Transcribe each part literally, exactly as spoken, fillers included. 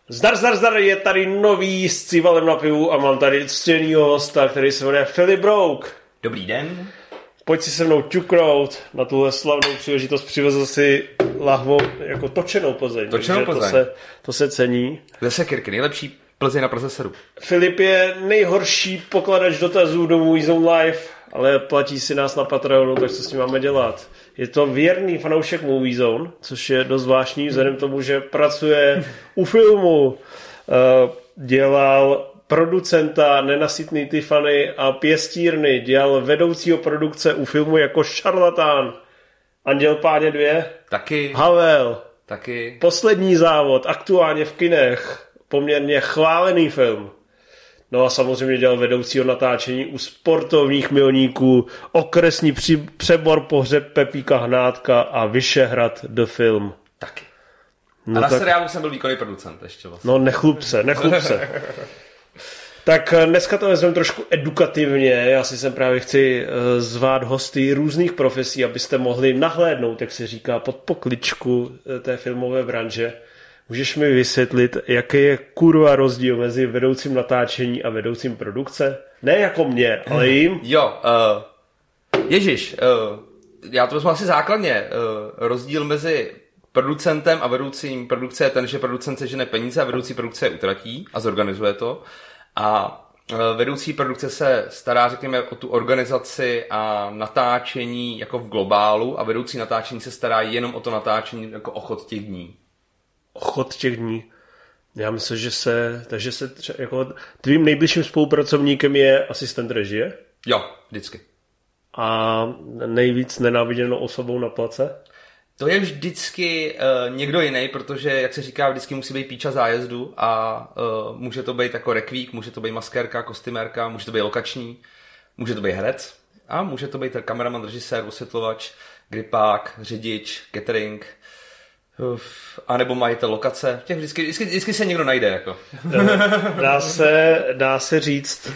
Zdar, zdar, zdar, je tady nový s Civalem na pivu a mám tady ctěnýho hosta, který se jmenuje Filip Brouk. Dobrý den. Pojď si se mnou ťuknout na tuhle slavnou příležitost, přivezl si lahvo jako točenou Plzeň. Točenou Plzeň. To se, to se cení. Zase Kirky, nejlepší Plzeň na Praze sedm. Filip je nejhorší pokladač dotazů do Movie Zone Live, ale platí si nás na Patreonu, tak co s tím máme dělat. Je to věrný fanoušek Movie Zone, což je dost zvláštní, vzhledem k tomu, že pracuje u filmu, dělal producenta Nenasytný Tiffany a Pěstírny, dělal vedoucího produkce u filmu jako Šarlatán, Anděl páně dvě, Taky. Havel, Taky. Poslední závod, aktuálně v kinech, poměrně chválený film. No a samozřejmě dělal vedoucího natáčení u sportovních milníků, Okresní při, přebor pohřeb Pepíka Hnátka a Vyšehrad The Film. Taky. No a na tak, seriálu jsem byl výkonný producent ještě vlastně. No nechlup se, nechlup se. Tak dneska to vezmeme trošku edukativně. Já si sem právě chci zvát hosty různých profesí, abyste mohli nahlédnout, jak se říká, pod pokličku té filmové branže. Můžeš mi vysvětlit, jaký je kurva rozdíl mezi vedoucím natáčení a vedoucím produkce? Ne jako mě, ale jim. Jo, uh, Ježíš, uh, já to vezmu asi základně. Uh, rozdíl mezi producentem a vedoucím produkce je ten, že producent sežene peníze a vedoucí produkce je utratí a zorganizuje to. A vedoucí produkce se stará, řekněme, o tu organizaci a natáčení jako v globálu a vedoucí natáčení se stará jenom o to natáčení jako o chod těch dní. O chod těch dní. Já myslím, že se, takže se tře, jako tvým nejbližším spolupracovníkem je asistent režie? Jo, vždycky. A nejvíc nenáviděnou osobou na place? To je vždycky uh, někdo jiný, protože, jak se říká, vždycky musí být píča zájezdu a uh, může to být jako rekvík, může to být maskérka, kostymérka, může to být lokační, může to být herec a může to být kameraman, režisér, osvětlovač, gripák, řidič, catering, uf, anebo majitel lokace. Těch vždycky, vždycky, vždycky se někdo najde. Jako. Dá se, dá se říct,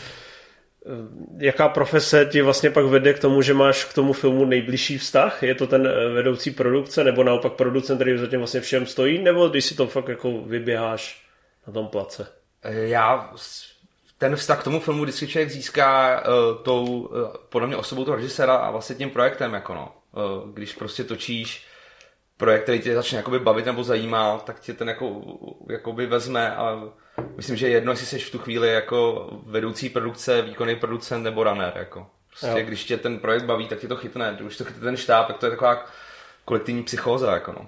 jaká profese ti vlastně pak vede k tomu, že máš k tomu filmu nejbližší vztah? Je to ten vedoucí produkce, nebo naopak producent, který za tím vlastně všem stojí, nebo když si to fakt jako vyběháš na tom place? Já ten vztah k tomu filmu vždycky člověk získá uh, tou, uh, podle mě osobou toho režiséra a vlastně tím projektem, jako no. Uh, když prostě točíš projekt, který tě začne jakoby bavit nebo zajímá, tak tě ten jako, jakoby vezme a myslím, že jedno, jestli jsi v tu chvíli jako vedoucí produkce, výkonný producent nebo runner. Jako. Prostě, když tě ten projekt baví, tak tě to chytne. Když to chytne ten štáb, tak to je taková kolektivní psychóza. Jako no.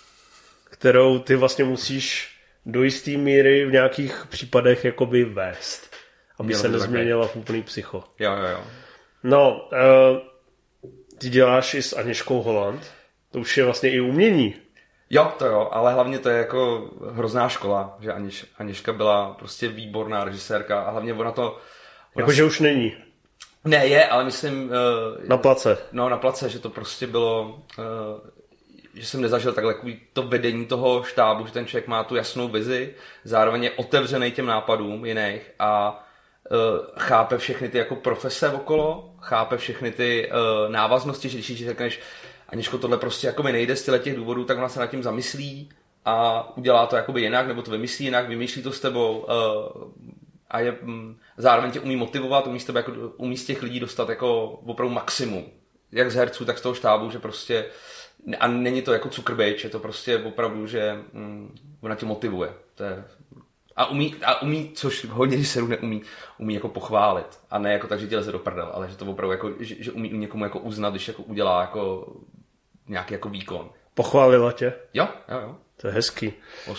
Kterou ty vlastně musíš do jistý míry v nějakých případech jakoby vést, aby jo, se nezměnila v úplný psycho. Jo, jo, jo. No, uh, ty děláš i s Aněškou Holland. To už je vlastně i umění. Jo, to jo, ale hlavně to je jako hrozná škola, že Aněš, Aněška byla prostě výborná režisérka a hlavně ona to... Jakože ona... už není. Ne, je, ale myslím... Uh, na place. No, na place, že to prostě bylo... Uh, že jsem nezažil takhle to vedení toho štábu, že ten člověk má tu jasnou vizi, zároveň je otevřený těm nápadům jiných a uh, chápe všechny ty jako profese okolo, chápe všechny ty uh, návaznosti, že když řekneš Aněško, tohle prostě jako mi nejde z těch důvodů, tak ona se nad tím zamyslí a udělá to jakoby jinak, nebo to vymyslí jinak, vymýšlí to s tebou uh, a je, um, zároveň tě umí motivovat, umí z tebe jako, umí z těch lidí dostat jako opravdu maximum. Jak z herců, tak z toho štábu, že prostě a není to jako cukrbič, je to prostě opravdu, že um, ona tě motivuje. To je, a umí, a umí, což hodně režisérů neumí, umí jako pochválit. A ne jako tak, že tě leze do prdel, ale že to opravdu jako, že, že umí někomu jako uznat, když jako udělá jako nějaký jako výkon. Pochválila tě? Jo, jo, jo. To je hezký. Uh,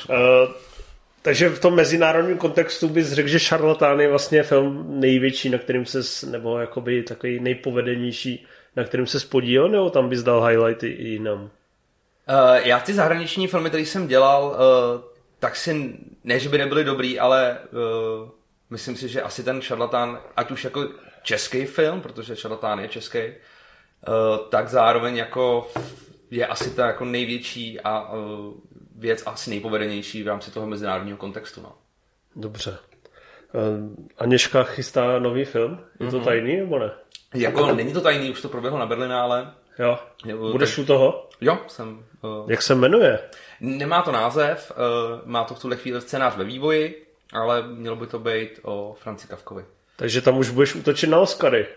takže v tom mezinárodním kontextu bys řekl, že Šarlatán je vlastně film největší, na kterým ses, nebo jakoby takový nejpovedenější, na kterým se podílel, nebo tam bys dal highlighty i jinam? Uh, já ty zahraniční filmy, které jsem dělal, uh, tak si, ne, že by nebyly dobrý, ale uh, myslím si, že asi ten Šarlatán, ať už jako český film, protože Šarlatán je český, uh, tak zároveň jako je asi ta jako největší a uh, věc asi nejpovedenější v rámci toho mezinárodního kontextu. No. Dobře. Uh, Aněška chystá nový film? Je to tajný nebo ne? Jako není to tajný, už to proběhlo na Berlinále. Jo. Budeš u toho? Jo, jsem. Uh... Jak se jmenuje? Nemá to název, má to v tuhle chvíli scénář ve vývoji, ale mělo by to být o Franci Kafkovi. Takže tam už budeš útočit na Oscary.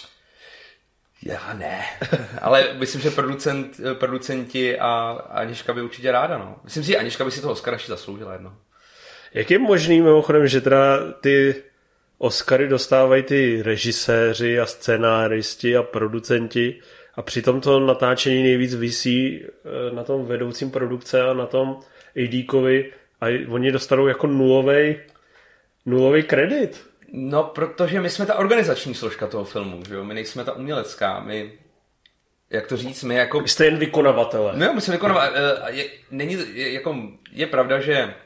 Já ne, ale myslím, že producent, producenti a Anička by určitě ráda, no. Myslím si, že Anička by si toho Oscara ještě zasloužila jedno. Jak je možný mimochodem, že teda ty Oscary dostávají ty režiséři a scénáristi a producenti a přitom to natáčení nejvíc visí na tom vedoucím produkce a na tom á dé-kovi a oni dostanou jako nulovej, nulovej kredit. No, protože my jsme ta organizační složka toho filmu, že jo? My nejsme ta umělecká, my, jak to říct, my jako... Vy jste jen vykonavatelé. No jo, my jsme vykonavatelé. Je, není, je, jako, je pravda, že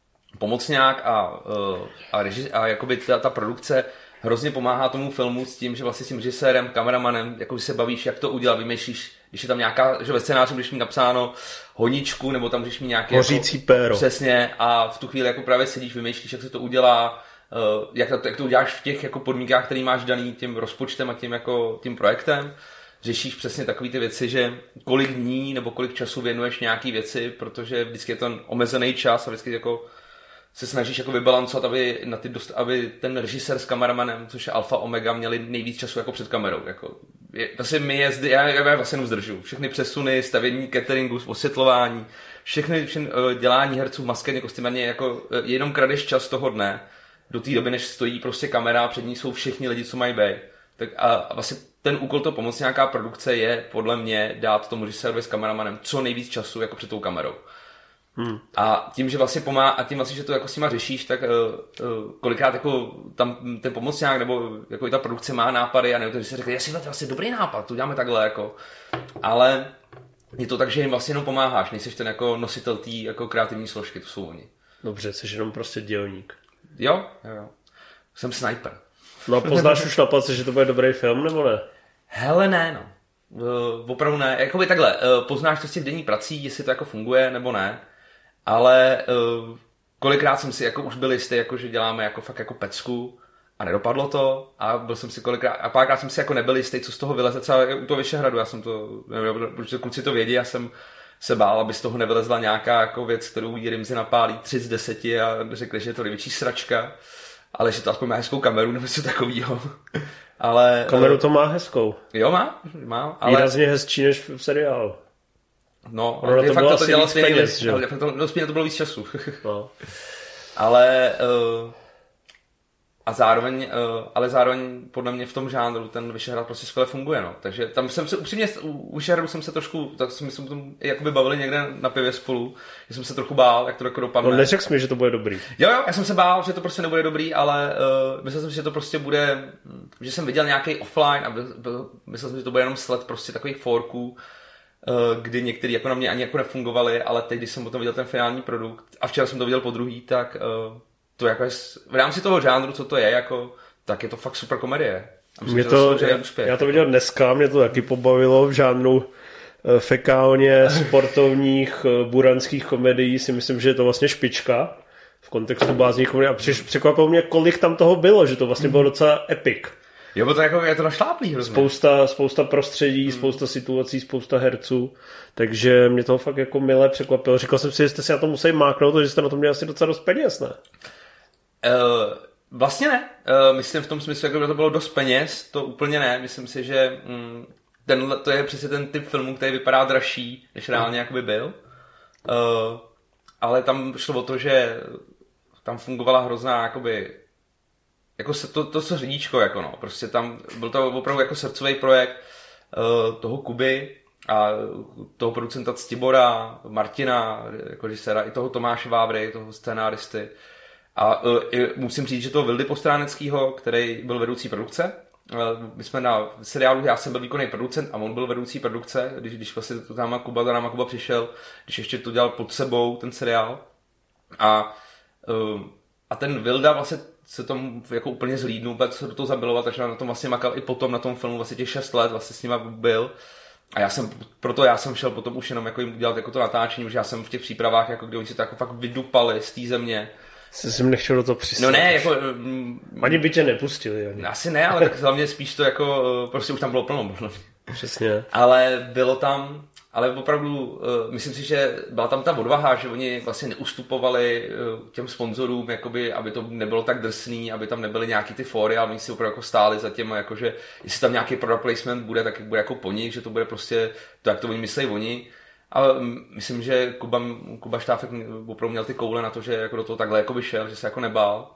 pomocňák a, a, režis, a jakoby ta, ta produkce hrozně pomáhá tomu filmu s tím, že vlastně s tím režisérem, kameramanem, jako se bavíš, jak to udělat, vymýšlíš, když je tam nějaká, že ve scénáři budeš mít napsáno honičku, nebo tam budeš mít nějaké... Hořící jako, péro. Přesně, a v tu chvíli jako právě sedíš, vymýšlíš, jak se to udělá, jak to, jak to uděláš v těch jako podmínkách, který máš daný tím rozpočtem a tím, jako, tím projektem. Řešíš přesně takové ty věci, že kolik dní nebo kolik času věnuješ nějaký věci, protože vždycky je to omezený čas a vždycky jako se snažíš jako vybalancovat, aby, na ty dost, aby ten režisér s kameramanem, což je alfa omega, měli nejvíc času jako před kamerou. Jako, je, vlastně my jezdy, já, já vlastně jenom zdržu. Všechny přesuny, stavění cateringu, osvětlování, všechny, všechny dělání herců, maskení, kostýmaně, jako jenom kradeš čas toho dne do té doby, než stojí prostě kamera a před ní jsou všichni lidi, co mají být. Tak a, a vlastně ten úkol to pomoct nějaká produkce je podle mě dát tomu režisérovi s kameramanem co nejvíc času jako před tou kamerou. Hmm. A tím, že vlastně pomáhá, a tím vlastně, že to jako s nima řešíš, tak uh, uh, kolikrát jako tam ten pomocňák nebo jako i ta produkce má nápady a nebo to, že se řekne, jestli to je vlastně dobrý nápad, to děláme takhle jako. Ale je to tak, že jim vlastně jenom pomáháš, nejseš ten jako nositel té jako kreativní složky, to jsou oni. Dobře, jsi jenom prostě dělník. Jo, jo, jo. Jsem sniper. No a poznáš už na palce, že to bude dobrý film, nebo ne? Hele, ne, no. Uh, opravdu ne. Jakoby takhle, uh, poznáš to z těch denních prací, jestli to jako funguje, nebo ne. Ale uh, kolikrát jsem si jako už byl jistý, jako, že děláme jako fakt jako pecku a nedopadlo to a byl jsem si kolikrát, a párkrát jsem si jako nebyl jistý, co z toho vyleze, třeba u toho Vyšehradu, já jsem to, protože kluci to vědí, já jsem se bál, aby z toho nevylezla nějaká jako věc, kterou jí Rimzi napálí tři z deseti a řekli, že je to největší sračka, ale že to aspoň má hezkou kameru nebo něco takovýho. Ale, kameru to má hezkou. Jo, má, má. Ale... Výrazně hezčí než v seriálu. No, ale to fakt to, to dělal stejný peněz, že? Ale fakt to, no, to bylo víc času. No. ale uh, a zároveň, uh, ale zároveň podle mě v tom žánru ten Vyšehrad prostě skvěle funguje, no. Takže tam jsem se upřímně, u Vyšehradu jsem se trošku, tak jsme se tom jakoby bavili někde na pivě spolu, že jsem se trochu bál, jak to jako dopadne. No neřekl jsi mi, že to bude dobrý. Jo, jo, já jsem se bál, že to prostě nebude dobrý, ale uh, myslel jsem si, že to prostě bude, že jsem viděl nějaký offline a byl, byl, myslel jsem, že to bude jenom sled prostě takových forků, kdy některý jako na mě ani jako nefungovali, ale teď, když jsem potom viděl ten finální produkt a včera jsem to viděl po druhý, tak uh, to jako je, v rámci toho žánru, co to je, jako, tak je to fakt super komedie. Myslím, mě to, já, já to viděl dneska, mě to taky pobavilo v žánru uh, fekálně sportovních uh, buranských komedií, si myslím, že je to vlastně špička v kontextu bázních komedií a překvapilo mě, kolik tam toho bylo, že to vlastně bylo docela epic. Jo, bo to jako, je to našláplý hrozně. Spousta, spousta prostředí, hmm. spousta situací, spousta herců, takže mě to fakt jako mile překvapilo. Říkal jsem si, že jste si na to museli máknout, že jste na to měli asi docela dost peněz, ne? Uh, vlastně ne. Uh, myslím v tom smyslu, jako by to bylo dost peněz, to úplně ne. Myslím si, že mm, ten, to je přesně ten typ filmu, který vypadá dražší, než reálně jakoby byl. Uh, ale tam šlo o to, že tam fungovala hrozná jakoby jako se to, to co řidíčko, jako no, prostě tam byl to opravdu jako srdcový projekt uh, toho Kuby a toho producenta Ctibora, Martina, jako režiséra, i toho Tomáše Vávry, toho scénáristy. A uh, i, musím říct, že toho Vildy Postráneckýho, který byl vedoucí produkce. Uh, my jsme na seriálu, já jsem byl výkonný producent a on byl vedoucí produkce, když, když vlastně to tam Kuba, za náma Kuba přišel, když ještě to dělal pod sebou, ten seriál. A, uh, a ten Vilda vlastně se tomu jako úplně zlídnul, úplně se do toho zamilovat, takže na tom vlastně makal i potom na tom filmu vlastně těch šest let vlastně s nima byl. A já jsem, proto já jsem šel potom už jenom jako jim dělat jako to natáčení, že já jsem v těch přípravách, jako kdy oni si to jako fakt vydupali z té země. Jsi jsem nechtěl do toho přistát. No ne, jako... Ani by tě nepustili. Ani. Asi ne, ale tak hlavně spíš to jako, prostě už tam bylo plno. Přesně. Ale bylo tam, ale opravdu uh, myslím si, že byla tam ta odvaha, že oni vlastně neustupovali uh, těm sponzorům, jakoby, aby to nebylo tak drsný, aby tam nebyly nějaký ty fóry, ale oni si opravdu jako stáli za těm, jakože jestli tam nějaký product placement bude, tak bude jako po nich, že to bude prostě to, jak to oni myslejí oni. Ale myslím, že Kuba, Kuba Štáfek opravdu měl ty koule na to, že jako do toho takhle jako vyšel, že se jako nebál.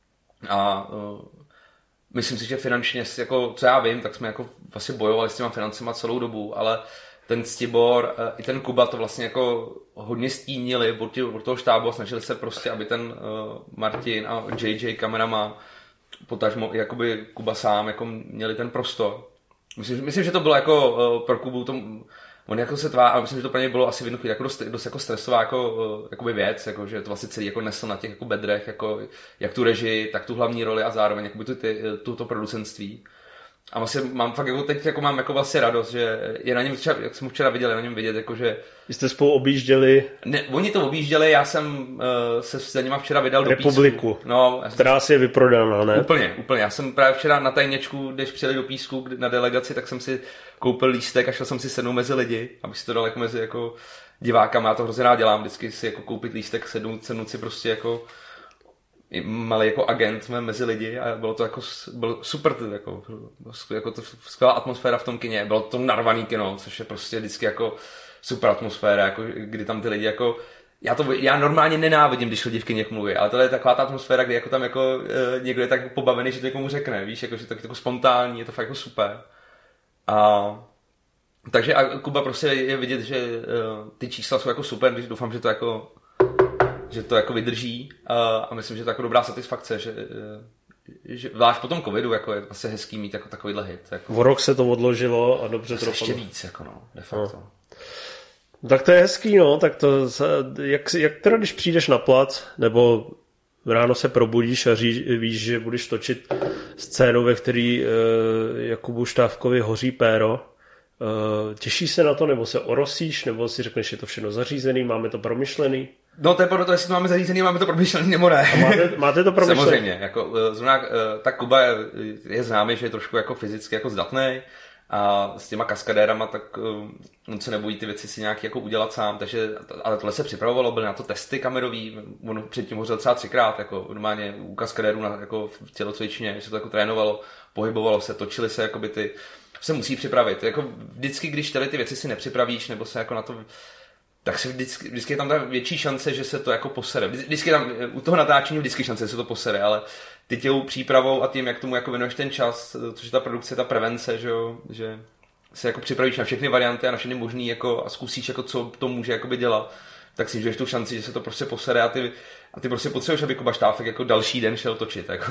A uh, myslím si, že finančně, jako, co já vím, tak jsme jako vlastně bojovali s těma financema celou dobu, ale ten Ctibor uh, i ten Kuba to vlastně jako hodně stínili od, tě, od toho štábu a snažili se prostě, aby ten uh, Martin a J J kameraman, potažmo i jakoby Kuba sám, jako měli ten prostor. Myslím, myslím že to bylo jako uh, pro Kubu to, on jako se tvá, ale myslím, že to pro něj bylo asi v jednu chvíli jako dost, dost jako stresová jako, jakoby věc, jako, že to vlastně celý jako nesl na těch jako bedrech, jako, jak tu režii, tak tu hlavní roli a zároveň jakoby tu, ty, tuto producentství. A vlastně mám fakt jako teď jako mám jako vlastně radost, že je na něm třeba, jak jsem včera viděl, je na něm vidět, jako, že... Vy jste spolu objížděli... Ne, oni to objížděli, já jsem uh, se za nima včera vydal do Písku. Republiku, no, která si je vyprodaná, ne? Úplně, úplně. Já jsem právě včera na tajněčku, když přijeli do Písku na delegaci, tak jsem si koupil lístek a šel jsem si sednout mezi lidi, abych si to dal jako mezi jako divákama. Já to hrozně rád dělám, vždycky si jako koupit lístek, sednout, sednout si prostě jako malý jako agent mezi lidi a bylo to jako bylo super, jako, jako to skvělá atmosféra v tom kině, bylo to narvaný kino, což je prostě vždycky jako super atmosféra, jako, kdy tam ty lidi jako já, to, já normálně nenávidím, když lidi v kině mluví, ale to je taková ta atmosféra, kdy jako tam jako e, někdo je tak pobavený, že to někomu řekne, víš, jako, že to je jako spontánní, je to fakt jako super. A takže a Kuba prostě je vidět, že e, ty čísla jsou jako super, když doufám, že to jako že to jako vydrží a, a myslím, že to je jako dobrá satisfakce, že, že zvlášť po tom covidu jako je vlastně hezký mít jako takovýhle hit. Jako. O rok se to odložilo a dobře to dopadlo. Ještě víc, jako no, de facto. No. Tak to je hezký, no, tak to, jak, jak teda když přijdeš na plac, nebo ráno se probudíš a ří, víš, že budeš točit scénu, ve který uh, Jakubu Štávkovi hoří péro, uh, těšíš se na to, nebo se orosíš, nebo si řekneš, je to všechno zařízený, máme to promyšlený? No to je podle toho, jestli to máme zařízený, máme to promyšlený nebo ne. A máte, máte to promyšlený? Samozřejmě, jako, zrovna, ta Kuba je, je známý, že je trošku jako fyzicky jako zdatnej a s těma kaskadérama, tak on se nebojí ty věci si nějak jako udělat sám, takže, ale tohle se připravovalo, byly na to testy kamerový, on předtím hořel třeba třikrát, jako normálně u kaskadérů na, jako v tělocvičně, že se to jako trénovalo, pohybovalo se, točily se, jakoby ty, se musí připravit, jako vždycky, když tady ty věci si nepřipravíš, nebo se jako na to tak si vždycky, vždycky je tam ta větší šance, že se to jako posere. Vždycky tam, u toho natáčení vždycky šance, že se to posere, ale ty tělou přípravou a tím, jak tomu jako věnuješ ten čas, což je ta produkce, ta prevence, že, jo, že se jako připravíš na všechny varianty a na všechny možný jako, a zkusíš, jako, co to může jakoby dělat, tak si žiješ tu šanci, že se to prostě posere a ty, a ty prostě potřebuješ, aby Kuba Štáfek jako další den šel točit. Jako.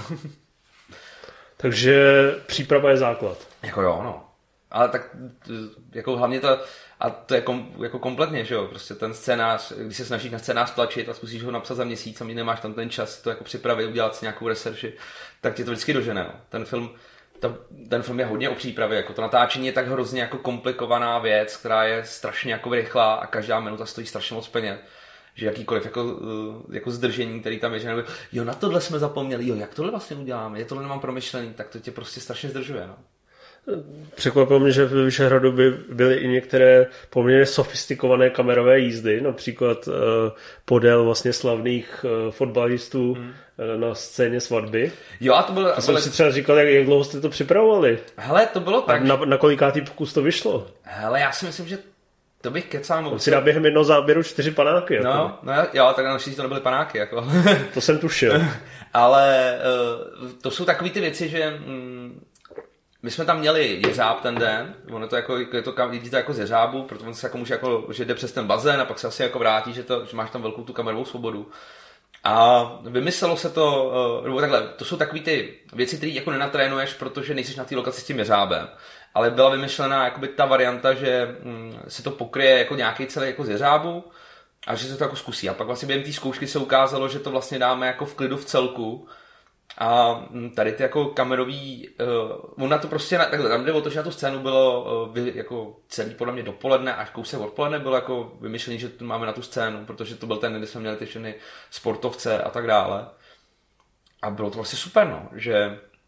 Takže příprava je základ. Jako jo, no. Ale tak jako hlavně to, a to je kom, jako kompletně, že jo, prostě ten scénář, když se snažíš na scénář tlačit a zkusíš ho napsat za měsíc a nemáš tam ten čas to jako připravit, udělat si nějakou researchi, tak tě to vždycky dožene, no. Ten film, ta, ten film je hodně o přípravě, jako to natáčení je tak hrozně jako komplikovaná věc, která je strašně jako rychlá a každá minuta stojí strašně moc peněz. Že jakýkoliv jako, jako zdržení, který tam je, že nebo, jo, na tohle jsme zapomněli, jo, jak tohle vlastně uděláme, je tohle nemám promyšlený, tak to tě prostě strašně zdržuje, no. Překvapilo mě, že v Vyšehradu by byly i některé poměrně sofistikované kamerové jízdy, například uh, podél vlastně slavných uh, fotbalistů hmm. uh, na scéně svatby. Jo, a to bylo... A jsem si třeba říkal, jak, jak dlouho jste to připravovali. Hele, to bylo tak... A na, na kolikátý pokus to vyšlo? Hele, já si myslím, že to bych kecal mohl... On si dá během jednoho záběru čtyři panáky. Jako. No, no jo, tak naštěstí to nebyly panáky. Jako. To jsem tušil. Ale uh, to jsou takové ty věci, že... Mm, my jsme tam měli jeřáb ten den, ono to jako, je to, jde to jako z jeřábu, protože on se jako může jako, že jde přes ten bazén a pak se asi jako vrátí, že, to, že máš tam velkou tu kamerovou svobodu. A vymyslelo se to, nebo takhle, to jsou takové ty věci, které jako nenatrénuješ, protože nejsiš na té lokaci s tím jeřábem. Ale byla vymyšlená jakoby ta varianta, že hm, se to pokryje jako nějaký celý jako z jeřábu a že se to jako zkusí. A pak vlastně během té zkoušky se ukázalo, že to vlastně dáme jako v klidu v celku. A tady ty jako kamerový, uh, on na to prostě, na, takhle, tam jde o to, že na tu scénu bylo uh, vy, jako celý podle mě dopoledne, až kousek odpoledne bylo jako vymyšlený, že tu máme na tu scénu, protože to byl ten, kdy jsme měli ty všechny sportovce a tak dále. A bylo to vlastně super, no, že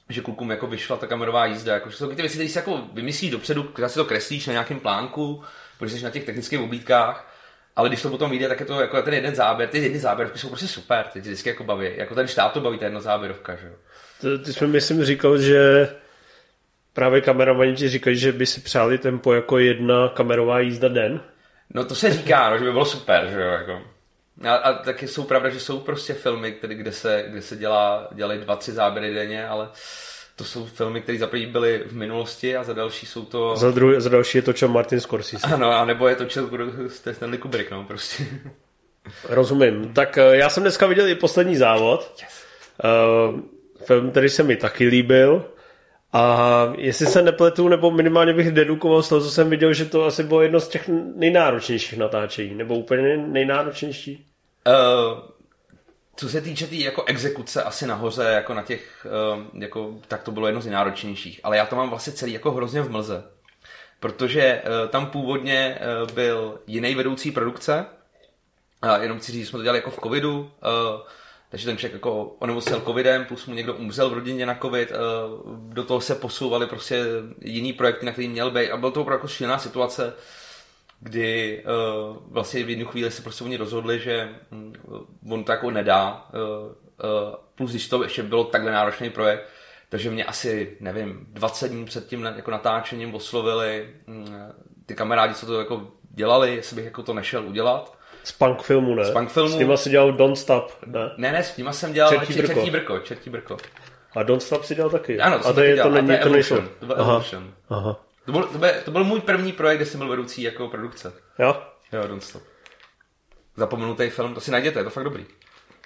že klukům jako vyšla ta kamerová jízda. Jako, že jsou ty věci, které si jako vymyslíš dopředu, když si to kreslíš na nějakém plánku, protože jsi na těch technických oblídkách, ale když to potom vyjde, tak je to jako ten jeden záběr. Ty jedny záběrovky jsou prostě super, ty vždycky jako baví. Jako ten štáb to baví, ta jedna záběrovka, že jo. Ty, ty jsme myslím říkal, že právě kameramani ti říkají, že by si přáli tempo jako jedna kamerová jízda den. No to se říká, no, že by bylo super, že jo, jako. A, a taky jsou pravda, že jsou prostě filmy, které, kde se, kde se dělá, dělají dva, tři záběry denně, ale to jsou filmy, které za první byly v minulosti a za další jsou to... Za, druhý, za další je točil Martin Scorsese. Ano, a nebo je točil Stanley Kubrick, no prostě. Rozumím. Tak já jsem dneska viděl i poslední závod. Yes. Uh, film, který se mi taky líbil. A jestli se nepletu, nebo minimálně bych dedukoval z toho, co jsem viděl, že to asi bylo jedno z těch nejnáročnějších natáčení, nebo úplně nejnáročnější? Uh, co se týče té tý jako exekuce asi nahoře, jako na těch, uh, jako, tak to bylo jedno z nejnáročnějších. Ale já to mám vlastně celý jako hrozně v mlze. Protože uh, tam původně uh, byl jiný vedoucí produkce, uh, jenom chci říct, že jsme to dělali jako v covidu, uh, takže ten člověk jako onemocněl covidem, plus mu někdo umřel v rodině na covid, do toho se posouvaly prostě jiný projekty, na který měl být a byla to opravdu jako šílená situace, kdy vlastně v jednu chvíli se prostě oni rozhodli, že on to jako nedá, plus když to ještě bylo takhle náročný projekt, takže mě asi, nevím, dvacet dní před tím jako natáčením oslovili ty kamarádi, co to jako dělali, jestli bych jako to nešel udělat. Z punk filmu, ne? Z punk filmu. S nima si dělal Don't Stop, ne? Ne, ne, s nima jsem dělal Čertí brko. Čertí brko, Čertí brko. A Don't Stop si dělal taky? Ano, to a jsem taky dělal. To není, a to je to nejsou. Evolution. To byl Aha. Evolution. Aha. To byl, to, byl, to byl můj první projekt, kde jsem byl vedoucí jako produkce. Jo? Jo, Don't Stop. Zapomenutý film, to si najděte, je to fakt dobrý.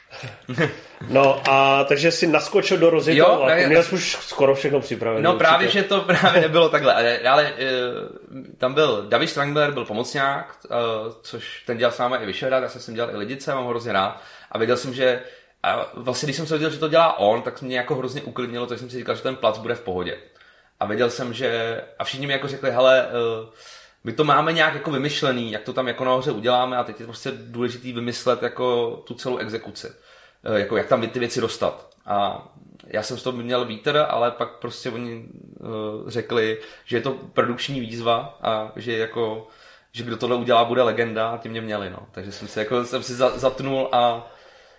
No a takže jsi naskočil do rozjetého a měl jsi už skoro všechno připravené. No právě, určitě. Že to právě nebylo takhle, ale, ale tam byl David Strangler, byl pomocňák, což ten dělal s námi i Vyšehrad, já jsem s ním dělal i Lidice, mám ho hrozně rád a věděl jsem, že a vlastně když jsem se viděl, že to dělá on, tak mě jako hrozně uklidnilo, takže jsem si říkal, že ten plac bude v pohodě. A věděl jsem, že a všichni mi jako řekli, hele, my to máme nějak jako vymyšlený, jak to tam jako nahoře uděláme a teď je prostě důležitý vymyslet jako tu celou exekuci. Jako jak tam ty věci dostat. A já jsem z toho měl vítr, ale pak prostě oni uh, řekli, že je to produkční výzva a že jako, že kdo tohle udělá, bude legenda a ti mě měli, no. Takže jsem si jako, jsem si zatnul a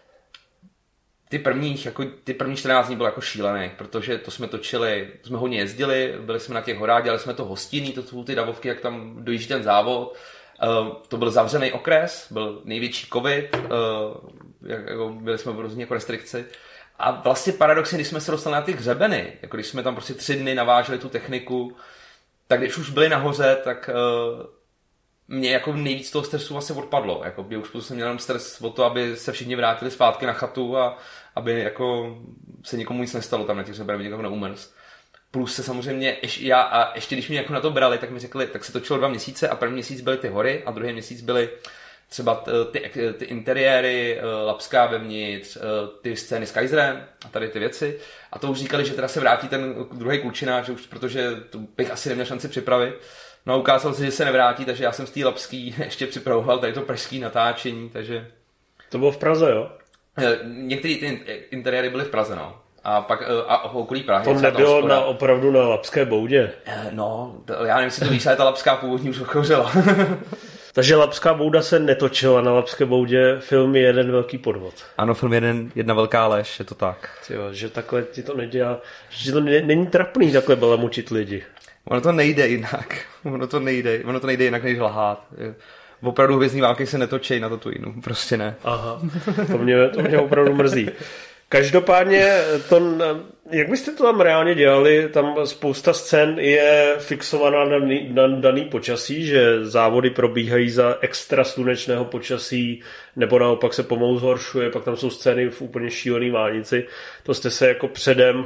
ty prvních, jako ty první čtrnáct dní bylo jako šílený, protože to jsme točili, to jsme hodně jezdili, byli jsme na těch horách, dělali jsme to hostinný, to jsou ty davovky, jak tam dojíždí ten závod. Uh, to byl zavřený okres, byl největší covid, uh, jak, jako byli jsme v různých jako restrikci. A vlastně paradoxně, když jsme se dostali na ty hřebeny, jako když jsme tam prostě tři dny naváželi tu techniku, tak když už byli nahoře, tak uh, mě jako nejvíc toho stresu vlastně odpadlo. Jako, už potom jsem měl jenom stres o to, aby se všichni vrátili zpátky na chatu a aby jako se nikomu nic nestalo tam na těch hřebenech, nikomu neumrz. Plus se samozřejmě, ještě, já, a ještě když mě jako na to brali, tak mi řekli, tak se točilo dva měsíce a první měsíc byly ty hory a druhý měsíc byly třeba ty, ty interiéry, Lapská vevnitř, ty scény s Kaiserem a tady ty věci. A to už říkali, že teda se vrátí ten druhý klučina, že už, protože to bych asi neměl šanci připravit. No a ukázalo se, že se nevrátí, takže já jsem z té lapský ještě připravoval tady to pražský natáčení, takže... To bylo v Praze, jo? Některé ty interiéry byly v Praze, no. A pak a okolí Prahy. To nebylo na, opravdu na Lapské boudě. No, to, já nevím, jestli to víš, ale ta Lapská původní už ochořela. Takže Lapská bouda se netočila na Lapské boudě, film je jeden velký podvod. Ano, film je jeden, jedna velká lež, je to tak. Tyjo, že takhle ti to nedělá, že to ne, není trapný takhle balamučit lidi. Ono to nejde jinak, ono to nejde, ono to nejde jinak než lhát. Opravdu Hvězdný války se netočí na Tatooinu, prostě ne. Aha, to mě, to mě opravdu mrzí. Každopádně, to, jak byste to tam reálně dělali, tam spousta scén je fixovaná na, na daný počasí, že závody probíhají za extra slunečného počasí, nebo naopak se pomalu zhoršuje, pak tam jsou scény v úplně šílený vánici. To jste se jako předem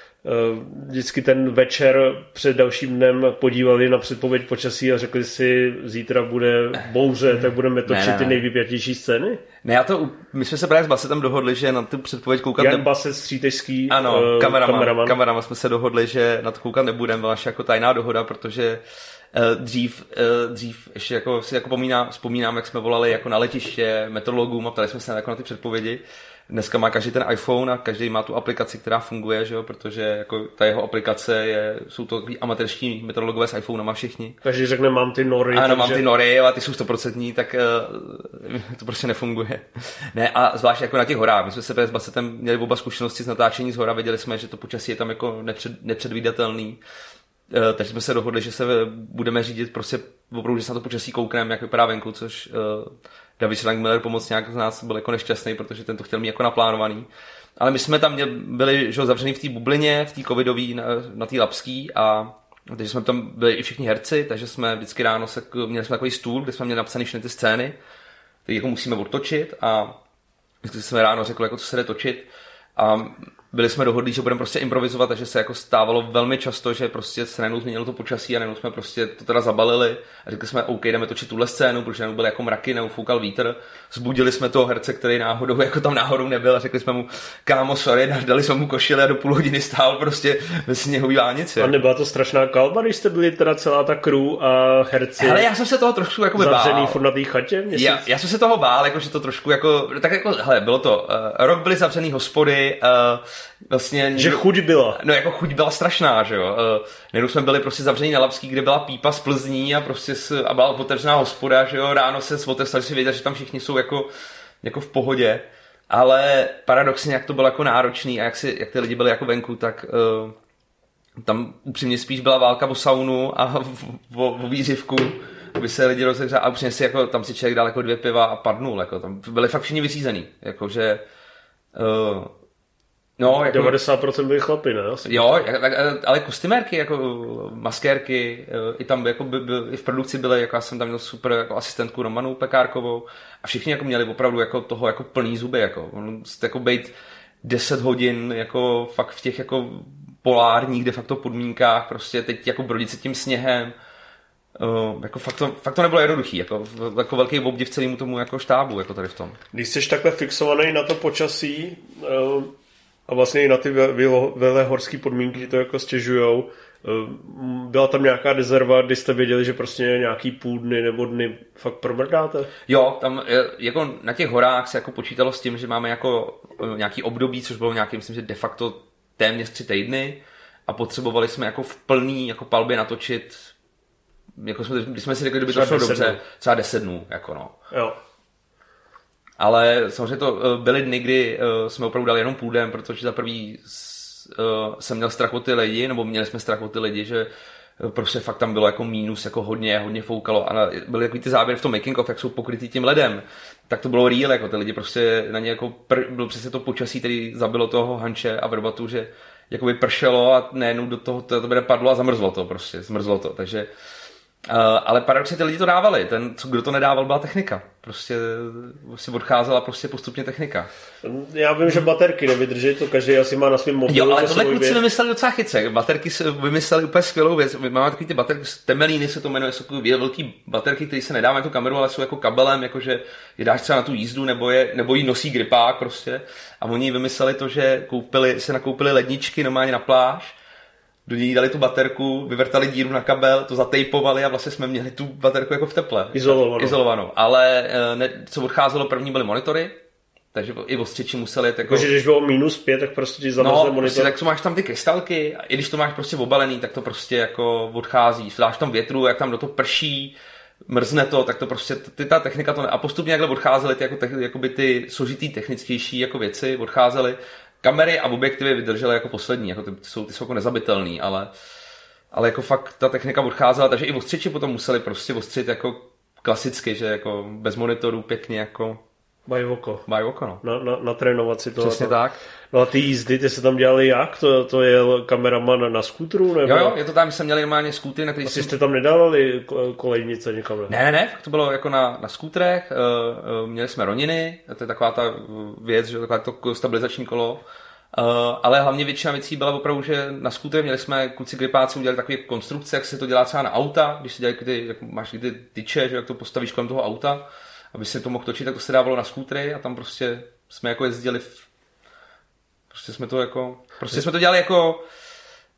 vždycky ten večer před dalším dnem podívali na předpověď počasí a řekli si, zítra bude bouře, tak budeme točit ne, ne, ne. ty nejvypjatější scény? Ne, já to, my jsme se právě s Basetem dohodli, že na tu předpověď koukat... Jan ne... Baset, střítejský ano, uh, kameraman. kameraman. kameraman. jsme se dohodli, že na to koukat nebudeme, byla naše jako tajná dohoda, protože uh, dřív, uh, dřív ještě jako si jako pomínám, vzpomínám, jak jsme volali jako na letiště meteorologům a ptali jsme se jako na ty předpovědi. dneska má každý ten iPhone a každý má tu aplikaci, která funguje, že jo, protože jako ta jeho aplikace je, jsou to takový amatérští meteorologové s iPhonema všichni. Každý řekne, mám ty nory. Ano, takže... mám ty nory, ale ty jsou stoprocentní, tak uh, to prostě nefunguje. Ne, a zvlášť jako na těch horách. My jsme se s Basetem měli oba zkušenosti z natáčení z hora, věděli jsme, že to počasí je tam jako nepřed, nepředvídatelný. Uh, takže jsme se dohodli, že se budeme řídit prostě opravdu, že se na to počasí koukneme, jak vypadá venku, což uh, David Langmiller pomocňák z nás byl jako nešťastný, protože ten to chtěl mít jako naplánovaný. Ale my jsme tam měli, byli že, zavřený v té bublině, v té covidové, na, na té labský, a takže jsme tam byli i všichni herci, takže jsme vždycky ráno se, měli jsme takový stůl, kde jsme měli napsané všechny ty scény, které jako musíme odtočit, a vždycky jsme ráno řekli, jako co se jde točit, a byli jsme dohodlí, že budeme prostě improvizovat, takže se jako stávalo velmi často, že prostě se najednou změnilo to počasí a najednou jsme prostě to teda zabalili a řekli jsme, OK, jdeme točit tuhle scénu, protože najednou byly jako mraky, neufoukal vítr. Zbudili jsme toho herce, který náhodou jako tam náhodou nebyl, a řekli jsme mu, kámo, sorry, dali jsme mu košile a do půl hodiny stál prostě ve sněhový vánici. A nebyla to strašná kalba, když jste byli teda celá ta crew a herci? Ale já jsem se toho trošku jako bál. Zavřený furt na té chatě? Já, já jsem se toho bál, jako, že to trošku jako, tak jako, hele, bylo to, uh, rok byly zavřený hospody, uh, vlastně... Že chuť byla. No jako chuť byla strašná, že jo. Uh, Nejednou jsme byli prostě zavření na Labský, kde byla pípa z Plzní a prostě s, a byla otevřená hospoda, že jo. Ráno se otevřeli, si věděli, že tam všichni jsou jako, jako v pohodě. Ale paradoxně, jak to bylo jako náročný a jak, si, jak ty lidi byli jako venku, tak uh, tam upřímně spíš byla válka o saunu a o, o výřivku, aby se lidi rozehřáli, a upřímně si jako, tam si člověk dal jako dvě piva a padnul, jako tam byli fakt všichni vyřízený, jakože uh, no, jako, devadesát procent byli chlapi, ne? Asi. Jo, ale kostymérky, jako maskérky, i tam jako by, by, i v produkci byly, jako já jsem tam měl super jako asistentku Romanu Pekárkovou a všichni jako měli opravdu jako toho jako plný zuby, jako, on, jako bejt deset hodin jako fakt v těch jako polárních de facto podmínkách, prostě teď jako brodit se tím sněhem, uh, jako fakt to, fakt to nebylo jednoduchý, jako, jako velký obdiv celému tomu jako štábu, jako tady v tom. Když jsi takhle fixovaný na to počasí, uh... a vlastně i na ty velehorské podmínky to jako stěžujou. Byla tam nějaká rezerva, kdy jste věděli, že prostě nějaký půl dny nebo dny fakt promrdáte? Jo, tam jako na těch horách se jako počítalo s tím, že máme jako nějaký období, což bylo nějaký, myslím, že de facto téměř tři týdny, a potřebovali jsme jako v plný jako palbě natočit, jako jsme, když jsme si řekli, kdyby to šlo dobře, třeba deset dnů, jako no. Jo. Ale samozřejmě to byly dny, kdy jsme opravdu dali jenom půl den, protože za prvý jsem měl strach o ty lidi, nebo měli jsme strach o ty lidi, že prostě fakt tam bylo jako mínus, jako hodně, hodně foukalo, a byly takový ty záběry v tom making of, jak jsou pokrytý tím ledem, tak to bylo real, jako ty lidi prostě na ně jako pr- bylo přesně to počasí, který zabilo toho Hanče a Vrbatu, že jakoby pršelo a nejenom do toho to, to bude padlo a zamrzlo to prostě, zmrzlo to, takže Uh, ale paradoxně ty lidi to dávali, ten, co, kdo to nedával, byla technika. Prostě si odcházela prostě postupně technika. Já vím, že baterky nevydrží, to každý asi má na svém mobilu. Jo, ale tohle kluci vymysleli docela chytře. Baterky se vymysleli úplně skvělou věc. Máme takový ty baterky, temelíny se to jmenuje, jsou takové velký baterky, které se nedávají na tu kameru, ale jsou jako kabelem, jakože je dáš třeba na tu jízdu, nebo, je, nebo jí nosí gripák prostě. A oni vymysleli to, že koupili, se nakoupili ledničky normálně na pláž, do ní dali tu baterku, vyvrtali díru na kabel, to zatejpovali a vlastně jsme měli tu baterku jako v teple. Izolovanou. Izolovanou. Ale ne, co odcházelo první, byly monitory, takže i ostřiči museli jet jako... Takže když bylo minus pět, tak prostě ti zamrzne no, monitor. Prostě, tak to máš tam ty krystalky a i když to máš prostě obalený, tak to prostě jako odchází. Dáš tam větru, jak tam do toho prší, mrzne to, tak to prostě, ty, ta technika to ne... A postupně jakhle odcházely ty, jako, jakoby ty složitý techničtější jako věci, odcházely. Kamery a objektivy vydržely jako poslední, jako ty jsou, ty jsou jako nezabitelný, ale, ale jako fakt ta technika odcházela, takže i ostřiči potom museli prostě ostřit jako klasicky, že jako bez monitorů pěkně jako... Mají oko. Mají oko, no. Na, na, natrénovat si to. Přesně to. Tak. No a ty jízdy, ty se tam dělali jak? To, to je kameraman na, na skútru? Nebo... Jo, jo, je to tam, jsme měli normálně skútry, na který Asi jste jste tam nedávali kolejnice někam? Ne, ne, ne, ne, to bylo jako na, na skútrech, uh, uh, měli jsme roniny, to je taková ta věc, že taková to stabilizační kolo, uh, ale hlavně většina věcí byla opravdu, že na skútře měli jsme, kluci gripáci udělali takové konstrukce, jak se to dělá třeba na auta, když se dělají ty, jak máš ty tyče, že jak to postavíš kolem toho auta, aby si to mohl točit, tak to se dávalo na skútry a tam prostě jsme jako jezdili v... prostě jsme to jako, prostě jsme to dělali jako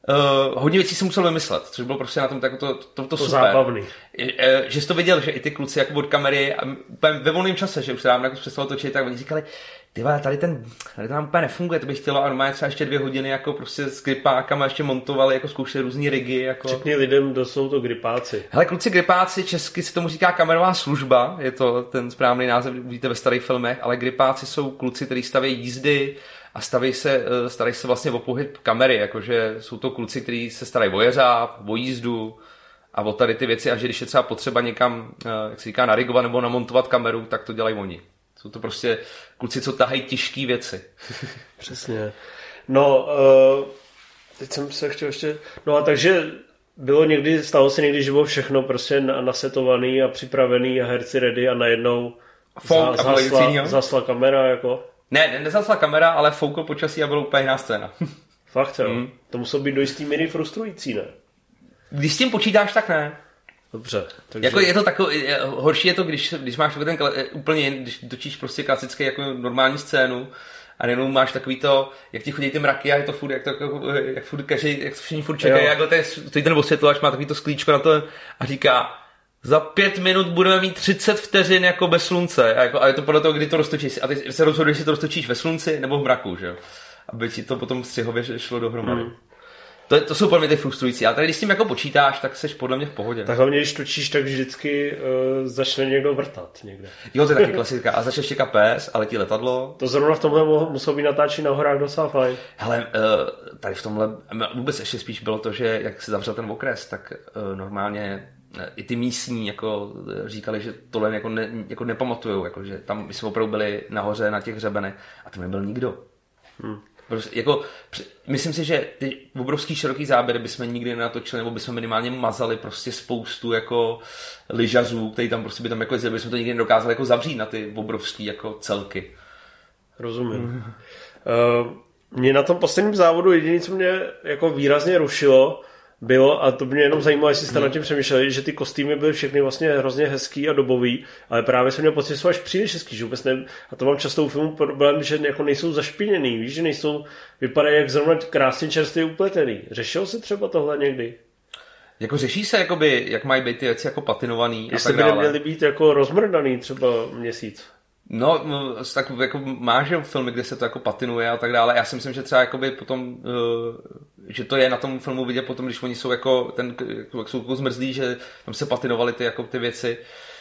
Uh, hodně věcí jsem musel vymyslet, což bylo prostě na tom jako to, to, to, to super. Zábavný. Je, že jsi to viděl, že i ty kluci jako od kamery a úplně ve volném čase, že už se dám jako přestalo točit, tak oni říkali, ty vole, tady ten, tady to nám úplně nefunguje, to bych chtělo a normálně třeba ještě dvě hodiny jako prostě s gripákama ještě montovali, jako zkoušeli různý rigy. Jako... Řekni lidem, kdo jsou to gripáci. Hele, kluci gripáci, česky se tomu říká kamerová služba, je to ten správný název, vidíte ve starých filmech, ale gripáci jsou kluci, kteří staví jízdy a staví se, starají se vlastně o pohyb kamery, jakože jsou to kluci, kteří se starají o jeřáb, o jízdu a o tady ty věci a že když je třeba potřeba někam, jak se říká, narigovat nebo namontovat kameru, tak to dělají oni. Jsou to prostě kluci, co tahají těžké věci. Přesně. No, uh, teď jsem se chtěl ještě... No a takže bylo někdy, stalo se někdy, že bylo všechno prostě nasetovaný a připravený a herci ready a najednou Fouk zá, a zasla, zasla kamera jako... Ne, ne, nezasla kamera, ale foukl počasí a byla úplně jiná scéna. Fakt, jo? Mm. To muselo být do jistý míry frustrující, ne? Když s tím počítáš, tak ne. Dobře. Takže... Jako je to takový, horší je to, když, když máš ten úplně, když točíš prostě klasický jako normální scénu a jenom máš takový to, jak ti chodí ty mraky a je to furt, jak to, jak furt každý, jak všichni furt čekají, jak ten, stojí ten osvětlovač, má takový to sklíčko na to a říká, za pět minut budeme mít třicet vteřin jako bez slunce a, jako, a je to podle toho, kdy to roztočíš a ty se rozhoduješ, jestli to roztočíš ve slunci nebo v mraku, že jo, aby ti to potom střihově šlo dohromady. Mm. To, to jsou podle mě ty frustrující, ale tady když s tím jako počítáš, tak seš podle mě v pohodě. Tak hlavně, když točíš, tak vždycky uh, začne někdo vrtat někde. Jo, to je taky klasická. A začne štěkat pes, ale ti letadlo. To zrovna v tomhle muselo být natáčení na horách docela fajn. Hele, uh, tady v tomhle vůbec ještě spíš bylo to, že jak se zavřel ten okres, tak uh, normálně uh, i ty místní jako říkali, že tohle jako, ne, jako nepamatujou, jako, že tam my jsme opravdu byli nahoře na těch hřebenech a tam nebyl nikdo. Hmm. Prostě, jako, myslím si, že ty obrovský široký záběry bychom nikdy nenatočili, nebo bychom minimálně mazali prostě spoustu jako lyžařů, který tam prostě by tam jako jezdili, bychom to nikdy nedokázali jako zavřít na ty obrovský jako celky. Rozumím. Mm. Uh, mě na tom posledním závodu jediné, co mě jako výrazně rušilo, bylo, a to mě jenom zajímalo, jestli jste hmm. nad tím přemýšleli, že ty kostýmy byly všechny vlastně hrozně hezký a dobový, ale právě jsem měl pocit, že jsou až příliš hezký, že vůbec ne, a to mám často u filmu problém, že jako nejsou zašpiněný, víš, že nejsou, vypadají jak zrovna krásně čerstvě upletený. Řešilo se třeba tohle někdy? Jako řeší se, jakoby, jak mají být ty věci jako patinovaný a jestli tak dále. Jestli by neměly být jako rozmrdaný třeba měsíc. No, tak jako máš filmy, kde se to jako patinuje a tak dále. Já si myslím, že třeba jakoby potom, že to je na tom filmu vidět potom, když oni jsou jako ten, jak jsou jako zmrzlí, že tam se patinovaly ty, jako ty věci.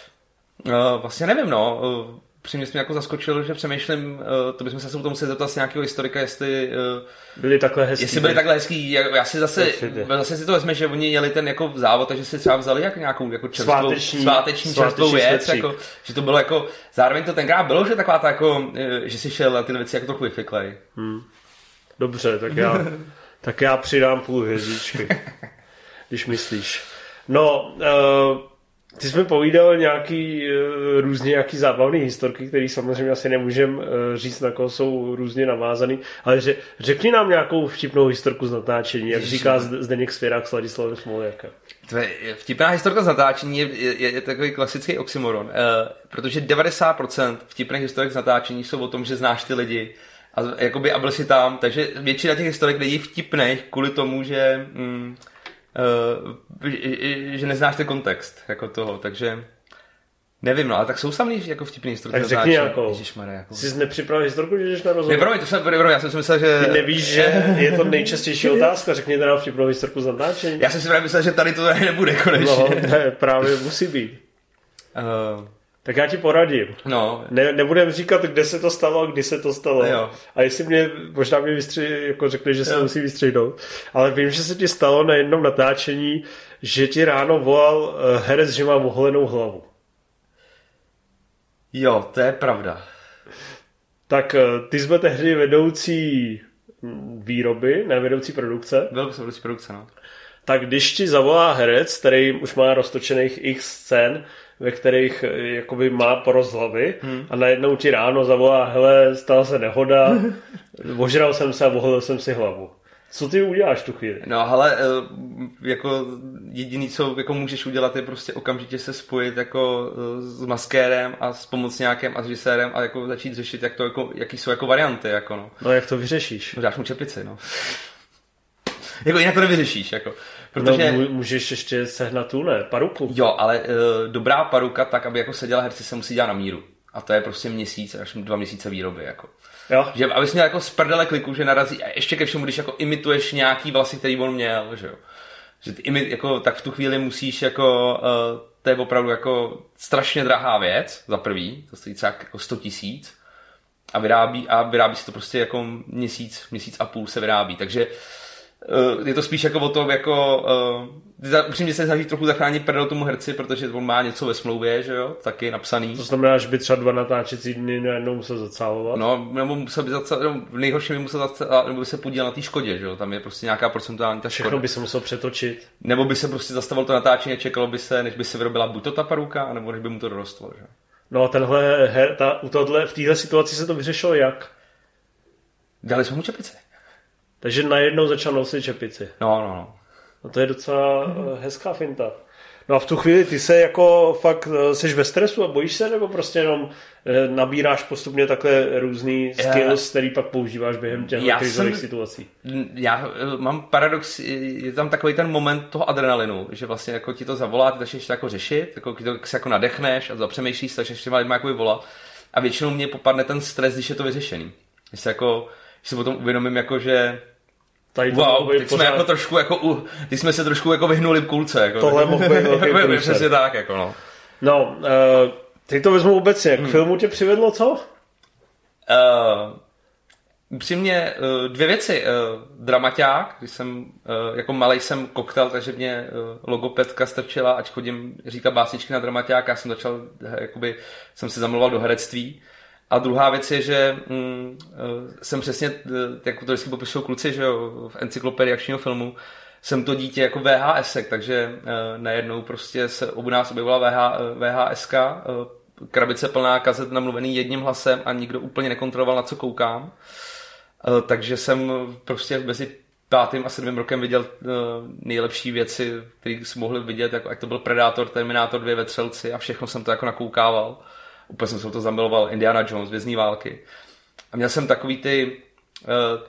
Vlastně nevím, no. Přímě mě jako zaskočil, že přemýšlím, to bychom se asi potom museli zeptat z nějakého historika, jestli byli takhle hezký. Jestli byli takhle hezký, já si zase, zase si to vezme, že oni jeli ten jako závod, takže si třeba vzali jak nějakou jako čerstvou, sváteční, sváteční čerstvou věc, jako, že to bylo jako, zároveň to tenkrát bylo, že taková ta jako, že si šel a ty věci jako trochu vyfiklej. Hmm. Dobře, tak já, tak já přidám půl hvězdičky, když myslíš. No, uh, ty jsi mi povídal nějaký uh, různě nějaký zábavný historky, který samozřejmě asi nemůžem uh, říct, na koho jsou různě navázaný, ale že, řekni nám nějakou vtipnou historku z natáčení, jak Ježiš, říká Zdeněk Svěrák s Ladislavem Smoljaka. Vtipná historka z natáčení je, je, je takový klasický oxymoron, uh, protože devadesát procent vtipných historek z natáčení jsou o tom, že znáš ty lidi a, jakoby, a byl si tam, takže většina těch historek lidí vtipných kvůli tomu, že... Mm, Uh, že neznáš ten kontext jako toho, takže nevím, no, ale tak jsou samý jako vtipný historky. Tak řekni nějakou. Ježišmarja, jako... Jsi nepřipravil historku, že jdeš na rozhovor? Ne, promiň, to jsem, promiň, já jsem si myslel, že... Ty nevíš, že je to nejčastější otázka, řekni teda vtipnou historku z natáčení. Já jsem si právě myslel, že tady to nebude konečně. No, ne, právě musí být. Uh... Tak já ti poradím. No. Ne, nebudem říkat, kde se to stalo, kdy se to stalo. Jo. A jestli mě, možná mě vystři, jako řekli, že se jo. musí vystřihnout. Ale vím, že se ti stalo na jednom natáčení, že ti ráno volal herec, že má oholenou hlavu. Jo, to je pravda. Tak ty jsme tehdy vedoucí výroby, ne vedoucí produkce. Byl jsem vedoucí produkce, no. Tak když ti zavolá herec, který už má roztočených x scén, ve kterých jakoby má porost hlavy hmm. a najednou ti ráno zavolá, hele, stala se nehoda, ožral jsem se a oholil jsem si hlavu. Co ty uděláš v tu chvíli? No hele, jako jediný, co jako můžeš udělat, je prostě okamžitě se spojit jako s maskérem a s pomocňákem a s režisérem a jako začít řešit, jak to, jako, jaký jsou jako varianty. Jako no. no jak to vyřešíš? No dáš mu čepici, no. jako jinak to nevyřešíš, jako. Protože... No, můžeš ještě sehnat tu, ne, paruku. Jo, ale uh, dobrá paruka, tak aby jako seděla herci, se musí dělat na míru. A to je prostě měsíc až dva měsíce výroby, jako. Jo. Že abys měl jako z prdele kliku, že narazí, a ještě ke všemu, když jako imituješ nějaký vlasy, který on měl, že jo. Že ty imit, jako, tak v tu chvíli musíš jako, uh, to je opravdu jako strašně drahá věc, za prvý, to stojí třeba jako sto tisíc a vyrábí, a vyrábí se to prostě jako měsíc, měsíc a půl se vyrábí, takže uh, je to spíš jako o tom, jako, uh, upřímně se snaží trochu zachránit prdel tomu herci, protože on má něco ve smlouvě, že jo, taky napsaný. To znamená, že by třeba dva natáčecí dny najednou musel zacálovat? No, nebo musel by zacálovat, v nejhorším by musel zacálovat, nebo by se podílel na té škodě, že jo, tam je prostě nějaká procentuální ta škoda. Všechno by se musel přetočit. Nebo by se prostě zastavilo to natáčení a čekalo by se, než by se vyrobila buď to ta paruka, nebo než by mu to dorostlo, že? No a tenhle her, ta, u tohle, v téhle situaci se to vyřešilo jak? Dali jsme mu čepici. Takže najednou začal nosit čepici. No, no, no. No to je docela mm. hezká finta. No a v tu chvíli ty se jako fakt seš ve stresu a bojíš se, nebo prostě jenom nabíráš postupně takhle různý skills, který pak používáš během těch krizových situací? Já mám paradox, je tam takový ten moment toho adrenalinu, že vlastně jako ti to zavolá, ty začneš to jako řešit, jako ty to se jako nadechneš a zapřemýšlíš, začneš těma lidma jako volat a většinou mě popadne ten stres, když je to vyřešený. Když se jako, když si potom uvědomím jako, že Tady wow, teď pořád... jsme jako trošku jako, uh, teď jsme se trošku jako vyhnuli kulce. Jako, tohle mohl být velký průser. Přesně tak, jako no. No, uh, teď to vezmu obecně. K hmm. filmu tě přivedlo co? Uh, upřímně uh, dvě věci. Uh, dramaťák, když jsem, uh, jako malej jsem koktel, takže mě uh, logopedka strčila, ať chodím říkat básničky na dramaťák, já jsem začal, jakoby, jsem se zamluval do herectví. A druhá věc je, že mm, jsem přesně, jak to vždycky popisují kluci, že jo, v encyklopedii akčního filmu, jsem to dítě jako V H S ek, takže uh, najednou prostě se u nás objevila V H S ka, uh, krabice plná kazet namluvený jedním hlasem a nikdo úplně nekontroloval, na co koukám. Uh, takže jsem prostě mezi pátým a sedmým rokem viděl uh, nejlepší věci, které jsme mohli vidět, jako ať to byl Predátor, Terminátor dva, Vetřelci a všechno jsem to jako nakoukával. Úplně jsem se to zamiloval, Indiana Jones, Vězný války. A měl jsem takový ty uh,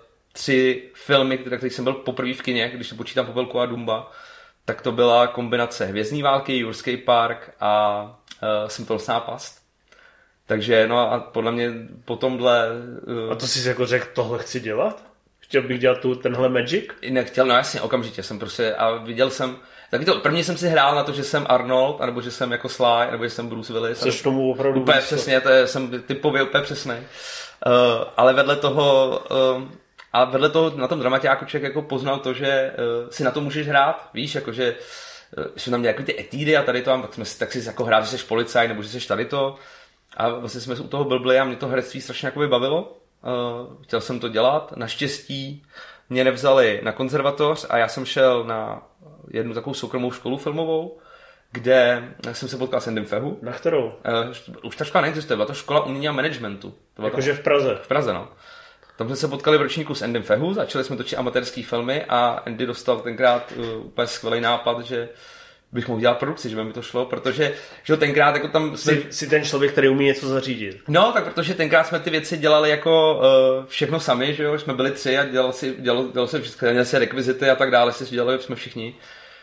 tři filmy, které, které jsem byl poprvé v kině, když to počítám Popelku a Dumba, tak to byla kombinace Hvězdní války, Jurský park a uh, Smrtelná past. Takže no a podle mě po tomhle... Uh, a to jsi jako řekl, tohle chci dělat? Chtěl bych dělat tu, tenhle Magic? Nechtěl, no jasně, okamžitě jsem prostě, a viděl jsem, taky to, první jsem si hrál na to, že jsem Arnold, anebo že jsem jako Sly, nebo že jsem Bruce Willis. Což tomu opravdu úplně blízko. Přesně, to je, jsem typově úplně přesnej. Uh, ale vedle toho, uh, a vedle toho na tom dramaťáku člověk jako poznal to, že uh, si na to můžeš hrát, víš, jakože uh, jsou tam nějaké ty etídy a tady to, tak, jsme, tak si jako hrát, že jsi policaj, nebo že jsi tady to. A vlastně jsme u toho blbli a mě to herectví strašně jako bavilo. Uh, chtěl jsem to dělat, naštěstí mě nevzali na konzervatoř a já jsem šel na jednu takovou soukromou školu filmovou, kde jsem se potkal s Andym Fehu. Na kterou? Uh, už ta škola neexistuje, byla to škola umění a managementu. Jakože v Praze? V Praze, no. Tam jsme se potkali v ročníku s Andym Fehu, začali jsme točit amatérský filmy a Andy dostal tenkrát uh, úplně skvělý nápad, že bych mohl dělat produkci, že by mi to šlo, protože že tenkrát jako tam... Jsme... Jsi, jsi ten člověk, který umí něco zařídit. No, tak protože tenkrát jsme ty věci dělali jako uh, všechno sami, že jo, jsme byli tři a dělali si, dělalo, dělalo se všechno, dělali si rekvizity a tak dále, si dělali jsme všichni.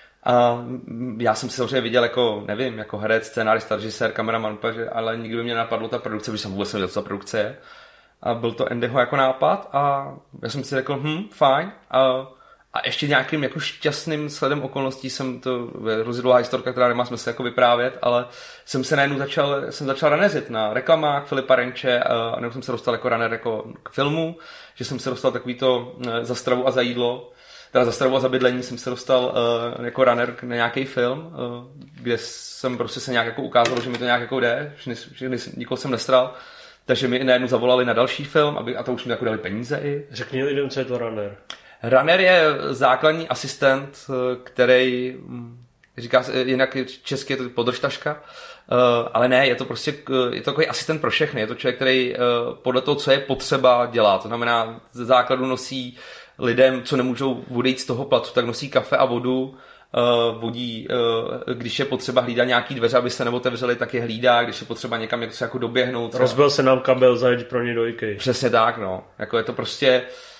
A já jsem si samozřejmě viděl jako, nevím, jako herec, scénárista, režisér, kameraman, ale nikdy by mě napadlo ta produkce, protože jsem vůbec nevěděl, co ta produkce je. A byl to Andyho jako nápad a já jsem si řekl, hm, fajn. A A ještě nějakým jako šťastným sledem okolností jsem to, rozjedlá historka, která nemá smysl jako vyprávět, ale jsem se najednou začal, jsem začal raneřit na reklamách Filipa Renče a nebo jsem se dostal jako runner jako k filmu, že jsem se dostal takový to za stravu a za jídlo, teda za stravu a za bydlení jsem se dostal uh, jako runner na nějaký film, uh, kde jsem prostě se nějak jako ukázal, že mi to nějak jako jde, že, že nikoho jsem nestral. Takže mi najednou zavolali na další film, aby, a to už mi jako dali peníze i. Řekni lidem, co je to runner. Runner je základní asistent, který říká se, jinak česky je to podržtaška, ale ne, je to prostě je to takový asistent pro všechny, je to člověk, který podle toho, co je potřeba dělat, to znamená, ze základu nosí lidem, co nemůžou odejít z toho platu, tak nosí kafe a vodu, vodí, když je potřeba hlídat nějaký dveře, aby se neotevřely, tak je hlídá, když je potřeba někam něco jako doběhnout. Rozbil se nám kabel, zajeď pro ně do IKEA. Přesně tak, no, jako je to prostě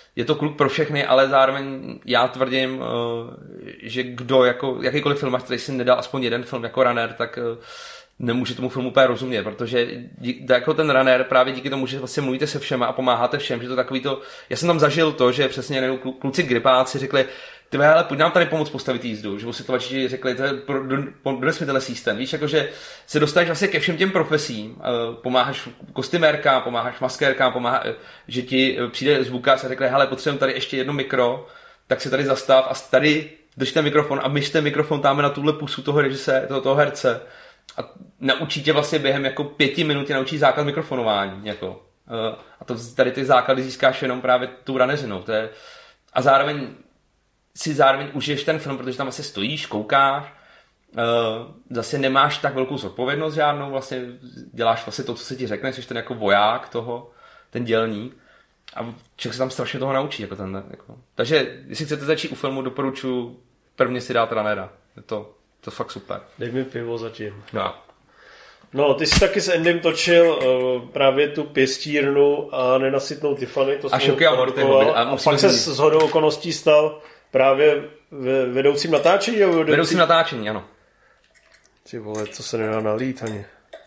je to kluk pro všechny, ale zároveň já tvrdím, že kdo, jako, jakýkoliv filmař, který si nedal aspoň jeden film jako Runner, tak nemůže tomu filmu úplně rozumět, protože jako ten Runner právě díky tomu, že vlastně mluvíte se všema a pomáháte všem, že to takový to, já jsem tam zažil to, že přesně nevím, kluci gripáci řekli, ty hele, pojď nám tady pomoct postavit jízdu, že osvětlovači řekli, dones mi tenhle systém, víš, jakože se dostaneš vlastně ke všem těm profesím, pomáháš kostymérkám, pomáháš maskérkám, pomáháš, že ti přijde zvukář a řekne, hele, potřebujeme tady ještě jedno mikro, tak se tady zastav a tady drž ten mikrofon a myš ten mikrofon tam na tuhle pusu toho režise, toho, toho herce a naučí tě vlastně během jako pěti minut tě naučí základ mikrofonování, jako. A to tady ty základy získáš jenom právě tou raneřinou, to je, a zároveň si zároveň užiješ ten film, protože tam vlastně stojíš, koukáš, zase nemáš tak velkou zodpovědnost žádnou, vlastně děláš vlastně to, co se ti řekne, jsi ten jako voják toho, ten dělník a člověk se tam strašně toho naučí. Jako ten, jako. Takže jestli chcete začít u filmu, doporučuji prvně si dát Runnera. Je to, to fakt super. Dej mi pivo zatím. No. No, ty jsi taky s Endym točil uh, právě tu pěstírnu a nenasytnou Tiffany. To a Šoky a Morty. A, a pak se s shodou okolností stal právě vedoucím natáčení? Vedoucí... Vedoucím natáčení, ano. Ty vole, co se nedá nalít ani.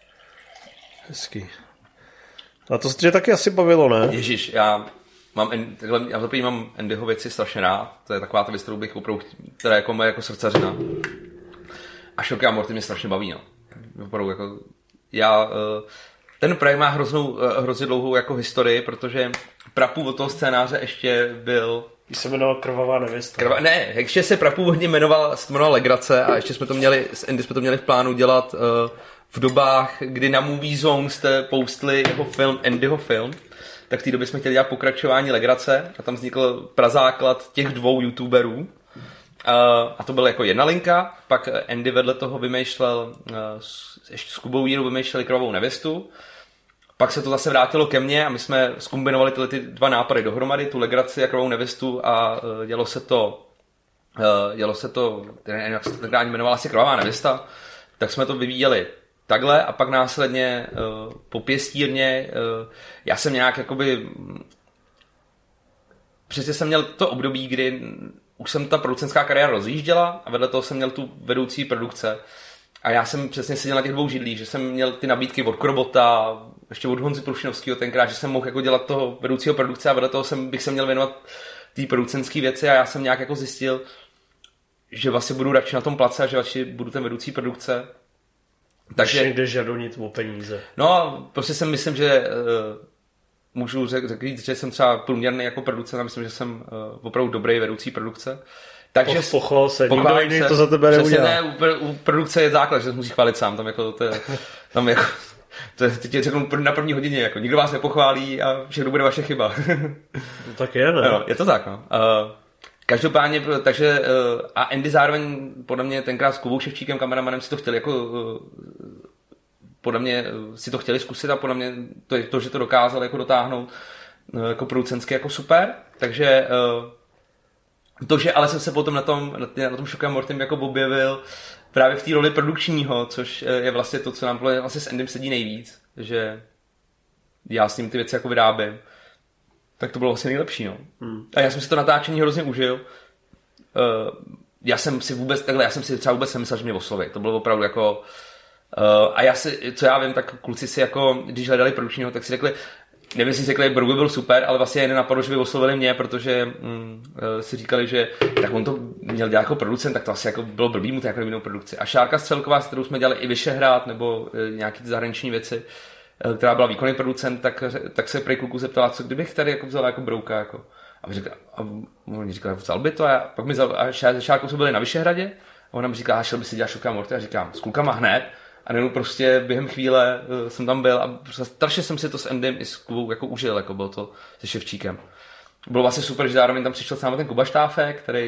Hezký. A to tě taky asi bavilo, ne? Ježíš, já mám, takhle, já zaprvé mám Andyho věci strašně rád. To je taková ta věc, kterou bych opravdu, která jako moje jako srdcařina. A Šoky a Morty mě strašně baví, no. Opravdu jako, já, ten projekt má hroznou, hrozně dlouhou jako historii, protože prapůvod toho scénáře ještě byl... Když se jmenoval Krvavá nevěsta. Krva, ne, ještě se prapůvodně jmenoval, se jmenoval Legrace a ještě jsme to měli, s Andy jsme to měli v plánu dělat uh, v dobách, kdy na Movie Zone jste postli jeho film, Andyho film, tak v té době jsme chtěli dělat pokračování Legrace a tam vznikl prazáklad těch dvou youtuberů. Uh, a to byla jako jedna linka, pak Andy vedle toho vymýšlel, uh, ještě s Kubou Jírou vymýšleli Krvavou nevěstu. Pak se to zase vrátilo ke mně a my jsme zkombinovali tyhle ty dva nápady dohromady, tu Legraci a Krvavou nevěstu a uh, dělo se to, uh, dělo se to, nevím, jak se to tenkrát jmenovala, asi Krvavá nevěsta, tak jsme to vyvíjeli takhle a pak následně uh, po pěstírně, uh, já jsem nějak jakoby, přesně jsem měl to období, kdy už jsem ta producentská kariéra rozjížděla a vedle toho jsem měl tu vedoucí produkce. A já jsem přesně seděl na těch dvou židlích, že jsem měl ty nabídky od Krobota, ještě od Honzy Prušinovského tenkrát, že jsem mohl jako dělat toho vedoucího produkce a vedle toho jsem, bych se měl věnovat té producentské věci a já jsem nějak jako zjistil, že vlastně budu radši na tom place a že radši budu ten vedoucí produkce. Takže někde žadonit o peníze. No, prostě jsem myslím, že uh, můžu říct, že jsem třeba průměrný jako producent a myslím, že jsem uh, opravdu dobrý vedoucí produkce. Takže pochval se, nikdo jiný to za tebe neudělá. Ne, u, u produkce je základ, že se musí chválit sám, tam jako, to je, tam jako, to je, teď řeknu na první hodině, jako, nikdo vás nepochválí a všechno bude vaše chyba. To tak je, ne? No, je to tak, no. Uh, každopádně, takže, uh, a Andy zároveň, podle mě tenkrát s Kubou Ševčíkem, kameramanem, si to chtěli jako, uh, podle mě si to chtěli zkusit a podle mě to, to že to dokázal jako dotáhnout uh, jako producentsky jako super, takže uh, to, že ale jsem se potom na tom, na tom Šoky a Mortym jako objevil právě v té roli produkčního, což je vlastně to, co nám vlastně s Andym sedí nejvíc, že já s ním ty věci jako vyrábím, tak to bylo vlastně nejlepší, no. Hmm. A já jsem si to natáčení hrozně užil. Uh, já jsem si vůbec, takhle, já jsem si třeba vůbec nemyslel, že mě osloví. To bylo opravdu jako... Uh, a já si, co já vím, tak kluci si jako, když hledali produkčního, tak si řekli, nevím, jestli řekli, Brug by byl super, ale vlastně jen napadlo, že by oslovili mě, protože mm, si říkali, že tak on to měl dělat jako producent, tak to asi jako bylo blbý mu to jako jinou produkci. A Šárka Střelková, s kterou jsme dělali i Vyšehrad, nebo e, nějaký zahraniční věci, e, která byla výkonný producent, tak, tak se prej kluku zeptala, co kdybych tady jako vzal jako Brouka. Jako. A mi říkala, a on mi říkal, vzal by to, a pak mi vzal, a se Šárkou jsme byli na Vyšehradě, a ona mi říkala, a šel by si dělat Šoky a Morty, a říkám, s klukama hned. A nebo prostě během chvíle uh, jsem tam byl a prostě strašně jsem si to s Andym i s Kubou jako užil, jako bylo to se Ševčíkem. Bylo vlastně super, že zároveň tam přišel sám ten Kuba Štáfek, který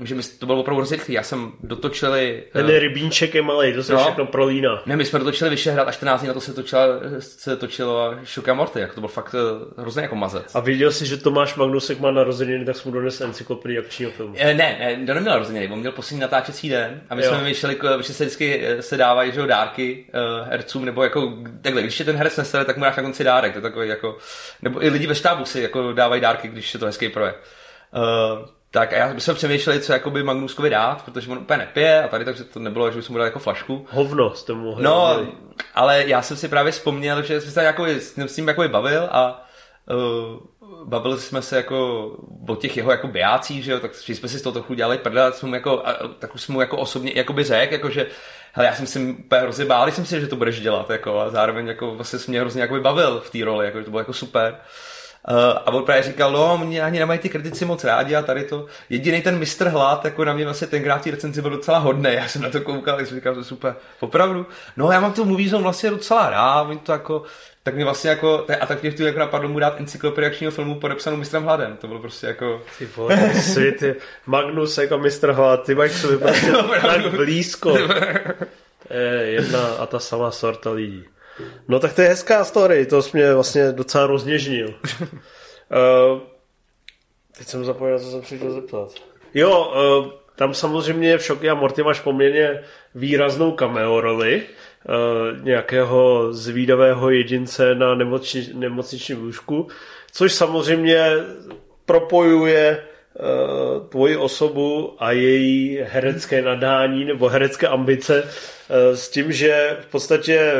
že my, to bylo opravdu rozrychlý. Já jsem dotočili... Ten uh, rybínček je malej, to se no, všechno prolíná. Ne, my jsme dotočili Vyšehrad a čtrnáct dní na to se točilo, se točilo Šuk a Morty, jako to byl fakt uh, hrozně jako mazec. A viděl jsi, že Tomáš Magnusek má narozeniny, tak jsem mu donesl encyklopedii akčního filmu. Ne, ne, to neměl narozeniny, on měl poslední natáčecí den a my jo. jsme vymýšleli, že se vždycky se dávají že dárky uh, hercům, nebo jako takhle, když je ten herec nesere, tak mu dáš na konci dárek, to je takový jako, nebo i lidi ve štábu si jako dávají dárky, když je to hezký projekt. Uh, Tak a já jsme přemýšleli, co jakoby Magnuskovi dát, protože on úplně nepije a tady, takže to nebylo, že bychom mu dali jako flašku. Hovno jste mu mohli. No, dali. Ale já jsem si právě vzpomněl, že jsem se jako, s ním jako bavil a uh, bavili jsme se jako o těch jeho jako bijácích, že jo, tak jsme si z toho trochu dělali prdel, jsme mu jako, a, tak už jsem mu jako osobně jakoby řekl, jako že hele, já jsem si úplně hrozně bál, jsem si, že to budeš dělat, jako, a zároveň jako vlastně jsem mě hrozně jakoby bavil v té roli, jako, že to bylo jako super. Uh, a on právě říkal, no, mě ani nemají ty kritici moc rádi a tady to. Jediný ten mistr Hlad, jako na mě vlastně tenkrát v té recenzi byl docela hodnej. Já jsem na to koukal a jsem říkal, že super, opravdu. No, já mám tu movie zone vlastně docela rád, to jako, tak mě vlastně jako, a tak mě v tu jako napadlo mu dát encyklopedii akčního filmu podepsanou mistrem Hladem. To bylo prostě jako... Ty vole, svět je Magnus jako mistr Hlad, ty mají k sobě prostě tak blízko. Je jedna a ta samá sorta lidí. No tak to je hezká story, to jsi mě vlastně docela rozněžnil. uh, teď jsem zapomněl, co jsem si chtěl zeptat. Jo, uh, tam samozřejmě v Šoky a Morty máš poměrně výraznou cameo roli uh, nějakého zvídavého jedince na nemocni, nemocničním lůžku, což samozřejmě propojuje uh, tvoji osobu a její herecké nadání nebo herecké ambice uh, s tím, že v podstatě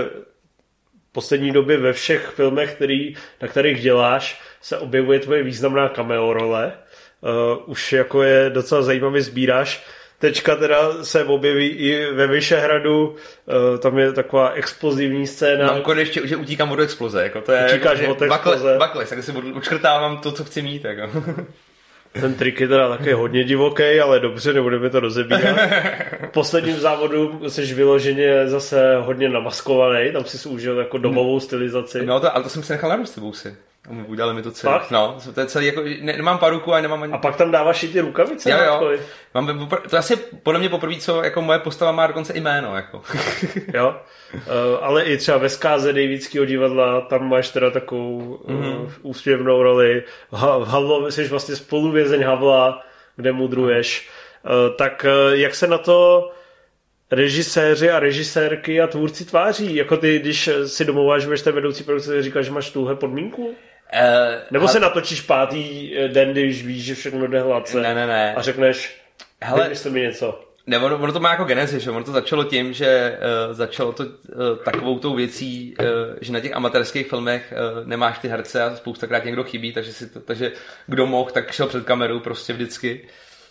v poslední době ve všech filmech, který, na kterých děláš, se objevuje tvoje významná cameo role. Uh, už jako je docela zajímavě sbíráš. Teďka teda se objeví i ve Vyšehradu, uh, tam je taková explozivní scéna. Mám konečně, že utíkám od exploze. Jako to je, Utíkáš jako, od exploze. Bakles, tak si odškrtávám to, co chci mít. Jako. Ten trik je teda taky hodně divoký, ale dobře, nebudeme to rozebírat. V posledním závodu jsi vyloženě zase hodně namaskovaný, tam jsi užil jako domovou stylizaci. No, to, ale to jsem si nechal narůst tebou si. Udělali mi to celé. Fakt? No, to je celý, jako, ne, nemám paruku a nemám ani... A pak tam dáváš i ty rukavice? Jo, jo. Mám, to je asi podle mě poprvé, co jako moje postava má dokonce jméno. Jako. Jo, uh, ale i třeba ve zkáze Davidského divadla, tam máš teda takovou mm-hmm. uh, úsměvnou roli. Ha, v Havlo, jsi vlastně spoluvězeň Havla, kde mudruješ. Uh, tak uh, jak se na to režiséři a režisérky a tvůrci tváří? Jako ty, když si domluváš, ten vedoucí produkce, říkáš, že máš tuhle podmínku? Uh, Nebo se natočíš pátý den, když víš, že všechno jde hladce ne, ne, ne. a řekneš, vymysli mi něco. Ne, ono, ono to má jako genezi, že ono to začalo tím, že uh, začalo to uh, takovou tou věcí, uh, že na těch amatérských filmech uh, nemáš ty herce a spoustakrát někdo chybí, takže, si to, takže kdo mohl, tak šel před kamerou prostě vždycky.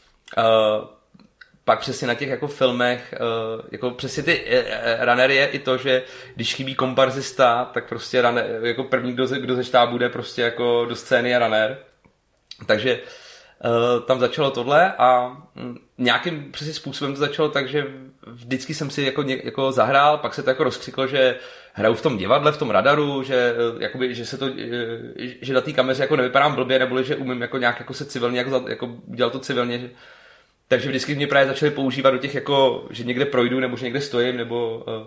Uh, Pak přesně na těch jako filmech, uh, jako přesně ty uh, runner je i to, že když chybí komparzista, tak prostě runner, jako první, kdo ze, kdo ze štábu bude prostě jako do scény je runner. Takže uh, tam začalo tohle a um, nějakým přesně způsobem to začalo tak, že vždycky jsem si jako, jako zahrál, pak se to jako rozkřiklo, že hraju v tom divadle, v tom radaru, že, uh, jakoby, že se to, uh, že na té kameře jako nevypadám blbě, nebo že umím jako nějak jako se civilně, jako, jako dělat to civilně, že takže vždycky mě právě začali používat do těch, jako, že někde projdu, nebo že někde stojím, nebo... Uh,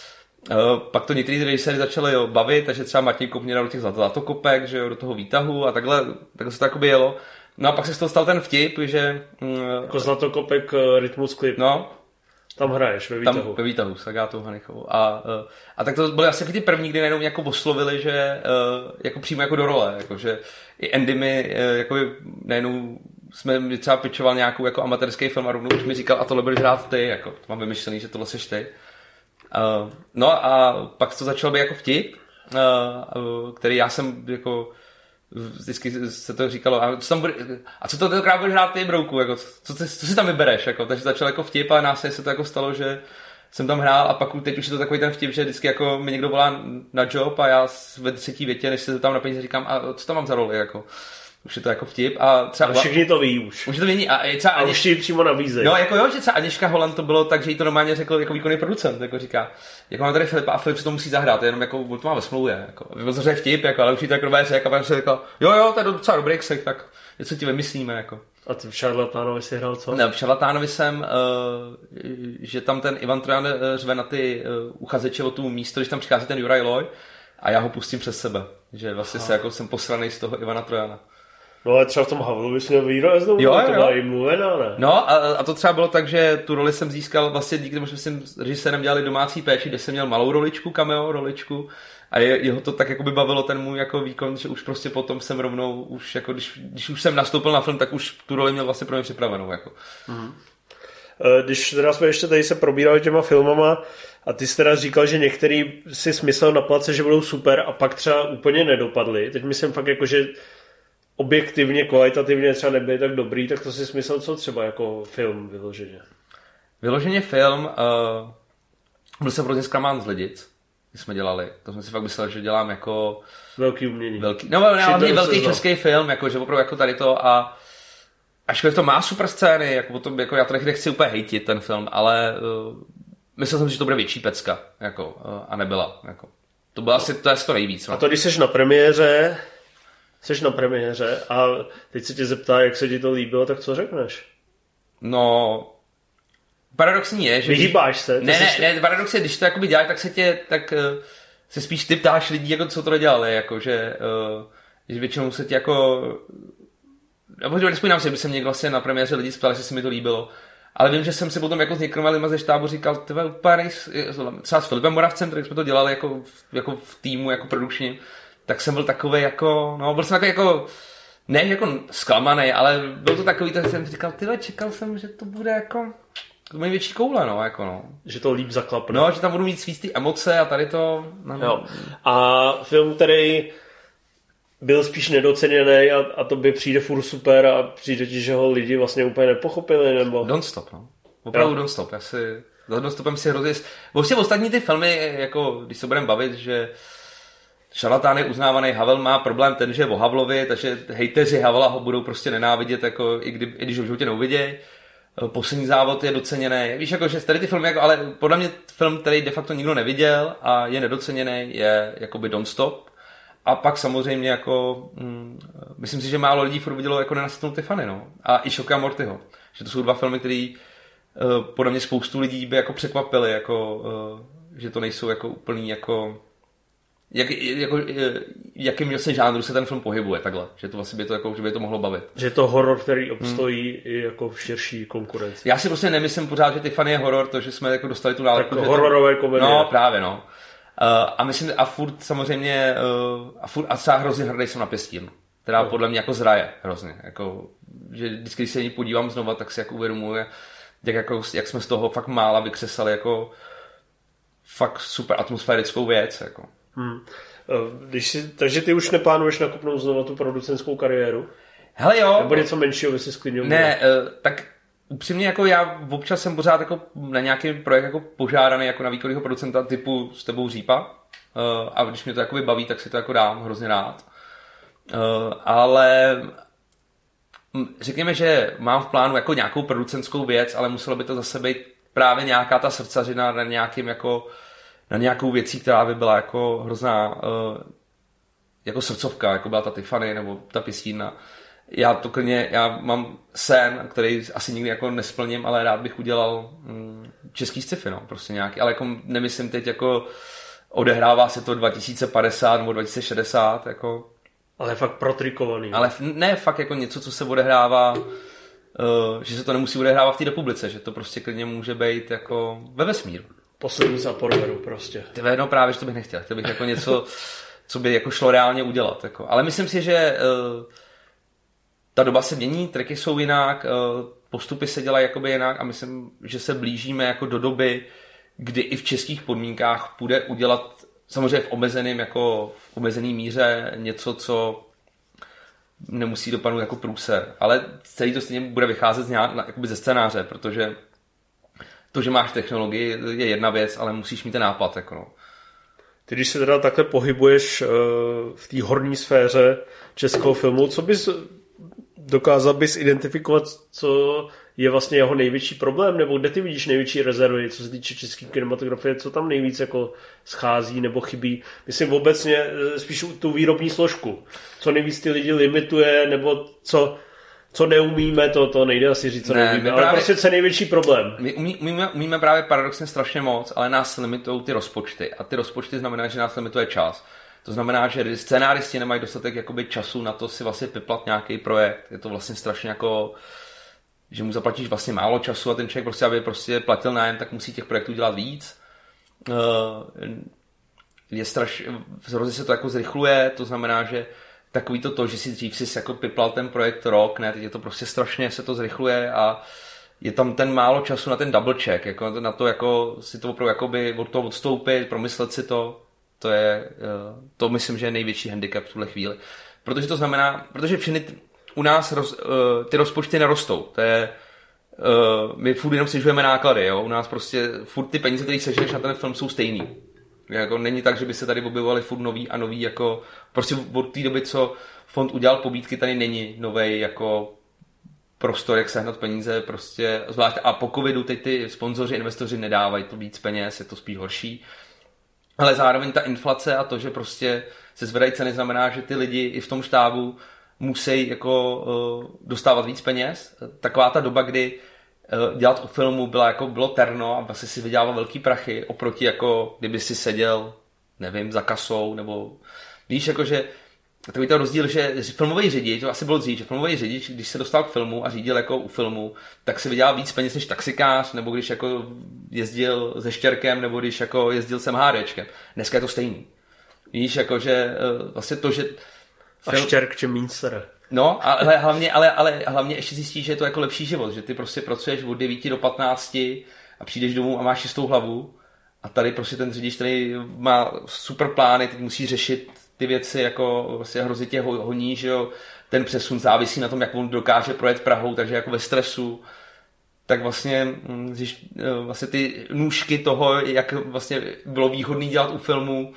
uh, pak to některý režiséry začali jo, bavit, takže třeba Martin Kop mě dal do těch zlatokopek, že jo, do toho výtahu a takhle, takhle se to jakoby jelo. No a pak se z toho stal ten vtip, že... Uh, jako zlatokopek uh, Rytmus Klip. No. Tam hraješ ve výtahu. Tam ve výtahu s Agátou Hanichovou. A, uh, a tak to byly asi ty první, kdy najednou mě jako oslovili, že uh, jako přímo jako do role, jako, že i Andy mi uh, jako najednou jsme mi třeba pitchoval nějakou jako amatérský film a rovnou už mi říkal, a tohle budeš hrát ty, jako, to mám vymyšlený, že tohle seš ty. Uh, no a pak to začalo být jako vtip, uh, uh, který já jsem jako vždycky se to říkalo, a co tam bude, a co to tenkrát budeš hrát ty, brouku, jako, co, co, co si tam vybereš, jako, takže začal jako vtip a následně se to jako stalo, že jsem tam hrál a pak teď už je to takový ten vtip, že vždycky jako mi někdo volá na job a já ve třetí větě, než se zeptám na peníze, říkám, a co tam mám za roli, jako. Už je to jako vtip a třeba... A všichni to ví už. Už to ví a třeba... A už ti přímo nabízejí. No jako jo, že třeba Aněška Holland to bylo tak, že jí to normálně řekl jako výkonný producent, jako říká, jako mám tady Filipa a Filip se to musí zahrát, jenom jako, on to má ve smlouvě, jako. Byl to vtip, jako, ale už jí to jako nové řek a pak se řekl, jo jo, to je docela dobrý ksek, tak něco ti vymyslíme, jako. A ty v Šarlatánovi si hrál co? Ne, v Šarlatánovi jsem, uh, že tam ten Ivan Trojan uh, řve na ty uh, uchazeče o tu místo, když tam přichází ten Juraj Loj a já ho pustím přes sebe. Že vlastně se jako jsem posranej z toho Ivana Trojana. No ale třeba v tom Havlu bys měl výraznou, jo, to jo. byla i mluvená, ne? No a, a to třeba bylo tak, že tu roli jsem získal vlastně díky tomu, že jsme s režisérem dělali domácí péči, kde jsem měl malou roličku, cameo roličku a je, jeho to tak jako by bavilo ten můj jako výkon, že už prostě potom jsem rovnou, už jako když, když už jsem nastoupil na film, tak už tu roli měl vlastně pro mě připravenou. Jako. Mm. Když teda jsme ještě tady se probírali těma filmama a ty jsi teda říkal, že některý si smyslel na place, že budou super a pak třeba úplně nedopadly. Teď myslím fakt jako, že objektivně, kvalitativně třeba nebyly tak dobrý, tak to si smyslel co třeba jako film vyloženě? Vyloženě film, uh, byl jsem hrozně zklamán z Lidic, když jsme dělali. To jsem si fakt myslel, že dělám jako... Velký umění. Velký, no, ne, velký český film, jako, že opravdu jako tady to a ačkoliv to má super scény, jako potom, jako já to nechci úplně hejtit ten film, ale uh, myslel jsem, že to bude větší pecka, jako, uh, a nebyla, jako. To bylo asi, to je to nejvíc. No. A to, když jsi na premiéře, jsi na premiéře a teď se tě zeptá, jak se ti to líbilo, tak co řekneš? No, paradoxní je, že... Vyhýbáš se? Ne, ne, jsi... ne, paradox je, když to jakoby děláš, tak se tě, tak uh, se spíš ty ptáš lidí, jako co to nedělali, jako, že, uh, že většinou se ti jako... Nebo nespomínám si, že by se mě vlastně na premiéře lidi ptali, že se mi to líbilo. Ale vím, že jsem si potom jako s některými lidmi ze štábu říkal, tyhle úplně třeba s Filipem Moravcem, který jsme to dělali jako, jako v týmu, jako produkčním, tak jsem byl takovej jako, no byl jsem takový jako, ne jako zklamaný, ale byl to takový, tak jsem říkal, tyhle, čekal jsem, že to bude jako, to mají větší koule, no, jako no. Že to líp zaklapne. No, že tam budu mít svý ty emoce a tady to... No, jo. A film, který byl spíš nedoceněný a, a to by přijde furt super a přijde ti, že ho lidi vlastně úplně nepochopili, nebo... Don't Stop, no. Opravdu Don't Stop. Já si... Za Don't Stopem si hrozně... Vlastně ostatní ty filmy, jako když se budeme bavit, že Šarlatán je uznávaný, Havel má problém ten, že je o Havlovi, takže hejteři Havla ho budou prostě nenávidět, jako i, kdy, i když ho v životě neuvidějí. Poslední závod je doceněný. Víš, jako, že tady ty filmy, jako, ale podle mě film, který de facto nikdo neviděl a je nedoceněný, je jakoby Don't Stop. A pak samozřejmě jako, mm, myslím si, že málo lidí furt vidělo jako Nenasytnou Tiffany, no. A i Šoka a Mortyho. Že to jsou dva filmy, které uh, podle mě spoustu lidí by jako překvapily, jako, uh, že to nejsou jako úplný jako, jak, jako jakým se žánru se ten film pohybuje, takhle. Že to vlastně by to, jako, že by to mohlo bavit. Že je to horor, který obstojí hmm. i jako v širší konkurenci. Já si prostě nemyslím pořád, že Tiffany je horor, to, že jsme jako dostali tu nálepku. Tak hororové komedie. No, právě, no. Uh, a myslím, a furt samozřejmě, uh, a furt, a třeba hrozně hrdý jsem na Pěstín, která no. podle mě jako zraje hrozně, jako, že vždycky, když se ní podívám znova, tak si jako uvědomuji, jak, jako, jak jsme z toho fakt mála vykřesali jako fakt super atmosférickou věc, jako. Hmm. Když si, takže ty už neplánuješ nakopnout znovu tu producentskou kariéru? Hele jo. Nebo něco menšího by si sklidnil? Ne, uh, tak upřímně jako já občas jsem pořád jako na nějaký projekt jako požádaný jako na výkonného producenta typu S tebou Řípa. Uh, a když mě to jako baví, tak si to jako dám hrozně rád. Uh, ale řekněme, že mám v plánu jako nějakou producentskou věc, ale muselo by to zase být právě nějaká ta srdcařina na nějakým jako na nějakou věcí, která by byla jako hrozná uh, jako srdcovka, jako byla ta Tiffany nebo ta Pěstína. Já to klidně, já mám sen, který asi nikdy jako nesplním, ale rád bych udělal mm, český sci-fi, no, prostě nějaký, ale jako nemyslím teď jako odehrává se to dva tisíce padesát nebo dva tisíce šedesát, jako. Ale fakt protrikovaný. Ale ne fakt jako něco, co se odehrává, uh, že se to nemusí odehrávat v té republice, že to prostě klidně může být jako ve vesmíru. Poslední za Porveru prostě. Tyve, no právě, že to bych nechtěl. Chtěl bych jako něco, co by jako šlo reálně udělat, jako. Ale myslím si, že uh, ta doba se mění, tracky jsou jinak, postupy se dělají jakoby jinak a myslím, že se blížíme jako do doby, kdy i v českých podmínkách půjde udělat samozřejmě v omezeném jako v omezený míře něco, co nemusí dopadnout jako průser, ale celý to stejně bude vycházet z nějak, jakoby ze scénáře, protože to, že máš technologii, je jedna věc, ale musíš mít ten nápad, jako no. Ty, když se teda takhle pohybuješ v té horní sféře českého filmu, co bys dokázal bys identifikovat, co je vlastně jeho největší problém, nebo kde ty vidíš největší rezervy, co se týče české kinematografie, co tam nejvíc jako schází nebo chybí? Myslím obecně spíš tu výrobní složku. Co nejvíc ty lidi limituje, nebo co, Co neumíme, to, to nejde asi říct, co ne, neumíme, ale právě, prostě co je největší problém. My umí, umíme, umíme právě paradoxně strašně moc, ale nás limitují ty rozpočty. A ty rozpočty znamená, že nás limituje čas. To znamená, že scénáristi nemají dostatek jakoby času na to si vlastně vyplat nějaký projekt. Je to vlastně strašně jako, že mu zaplatíš vlastně málo času a ten člověk prostě, aby prostě platil nájem, tak musí těch projektů dělat víc. Je strašně, hrozně se to jako zrychluje, to znamená, že takový to to, že si dřív si jako vyplal ten projekt rok, ne, teď je to prostě strašně, se to zrychluje a je tam ten málo času na ten double check, jako na to jako si to opravdu jakoby od toho odstoupit, promyslet si to, to je, to myslím, že je největší handicap v tuhle chvíli. Protože to znamená, protože všechny u nás roz, ty rozpočty nerostou, to je, my furt jenom snižujeme náklady, jo, u nás prostě furt ty peníze, které seženeš na ten film, jsou stejný. Jako není tak, že by se tady objevovali furt nový a nový, jako prostě od té doby, co fond udělal pobídky, tady není novej jako prostor, jak sehnat peníze, prostě zvlášť a po covidu teď ty sponzoři, investoři nedávají to víc peněz, je to spíš horší. Ale zároveň ta inflace a to, že prostě se zvedají ceny, znamená, že ty lidi i v tom štábu musí jako uh, dostávat víc peněz. Taková ta doba, kdy uh, dělat u filmu byla jako bylo terno a vlastně si vydělával velký prachy oproti jako kdyby si seděl, nevím, za kasou nebo víš, jakože takový ten rozdíl, že filmový řidič, to asi bylo dřív, že filmový řidič, když se dostal k filmu a řídil jako u filmu, tak si vydělal víc peněz než taxikář, nebo když jako jezdil se štěrkem, nebo když jako jezdil s MHDčkem. Dneska je to stejný. Víš, jakože vlastně to, že film... A štěrk čím mínstere. No, ale hlavně, ale, ale hlavně ještě zjistíš, že je to jako lepší život, že ty prostě pracuješ od devíti do patnácti a přijdeš domů a máš čistou hlavu a tady prostě ten řidič, který má super plány, teď musí řešit ty věci jako vlastně hrozitě honí, že jo, ten přesun závisí na tom, jak on dokáže projet Prahou, takže jako ve stresu, tak vlastně, vlastně ty nůžky toho, jak vlastně bylo výhodný dělat u filmu,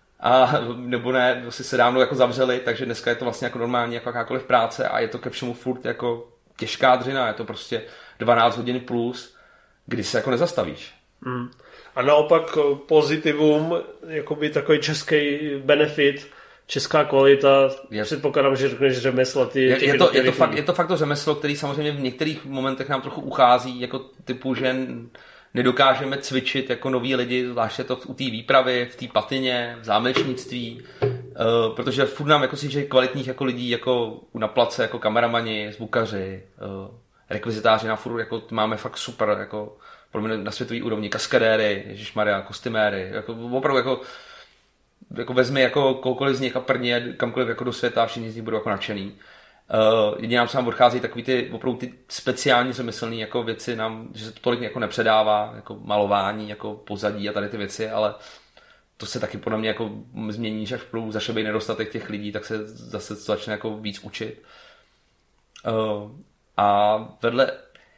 a nebo ne, vlastně se dávno jako zavřeli, takže dneska je to vlastně jako normální, jako jakákoliv práce a je to ke všemu furt jako těžká dřina, je to prostě dvanáct hodin plus, kdy se jako nezastavíš. Mm. A naopak pozitivum, jakoby takový český benefit, česká kvalita, je, předpokládám, že řekneš řemesla. Ty, je, je, to, je, to fakt, je to fakt to řemeslo, který samozřejmě v některých momentech nám trochu uchází, jako typu, že nedokážeme cvičit jako noví lidi, zvláště to u té výpravy, v té patině, v zámečnictví, uh, protože furt nám jako si, že kvalitních jako lidí jako na place, jako kameramani, zvukaři, uh, rekvizitáři na furt jako máme fakt super, jako pro mě na světový úrovni, kaskadéry, ježišmarja, kostyméry, jako opravdu jako, jako vezmi jako koukoliv z nich a prně kamkoliv jako do světa a všichni z nich budou jako nadšený. Uh, jedině nám se nám odchází takový ty opravdu ty speciální řemeslné jako věci, nám, že se to tolik jako nepředává, jako malování, jako pozadí a tady ty věci, ale to se taky podle mě jako změní, že až budou zašebej nedostatek těch lidí, tak se zase to začne jako víc učit. Uh, a vedle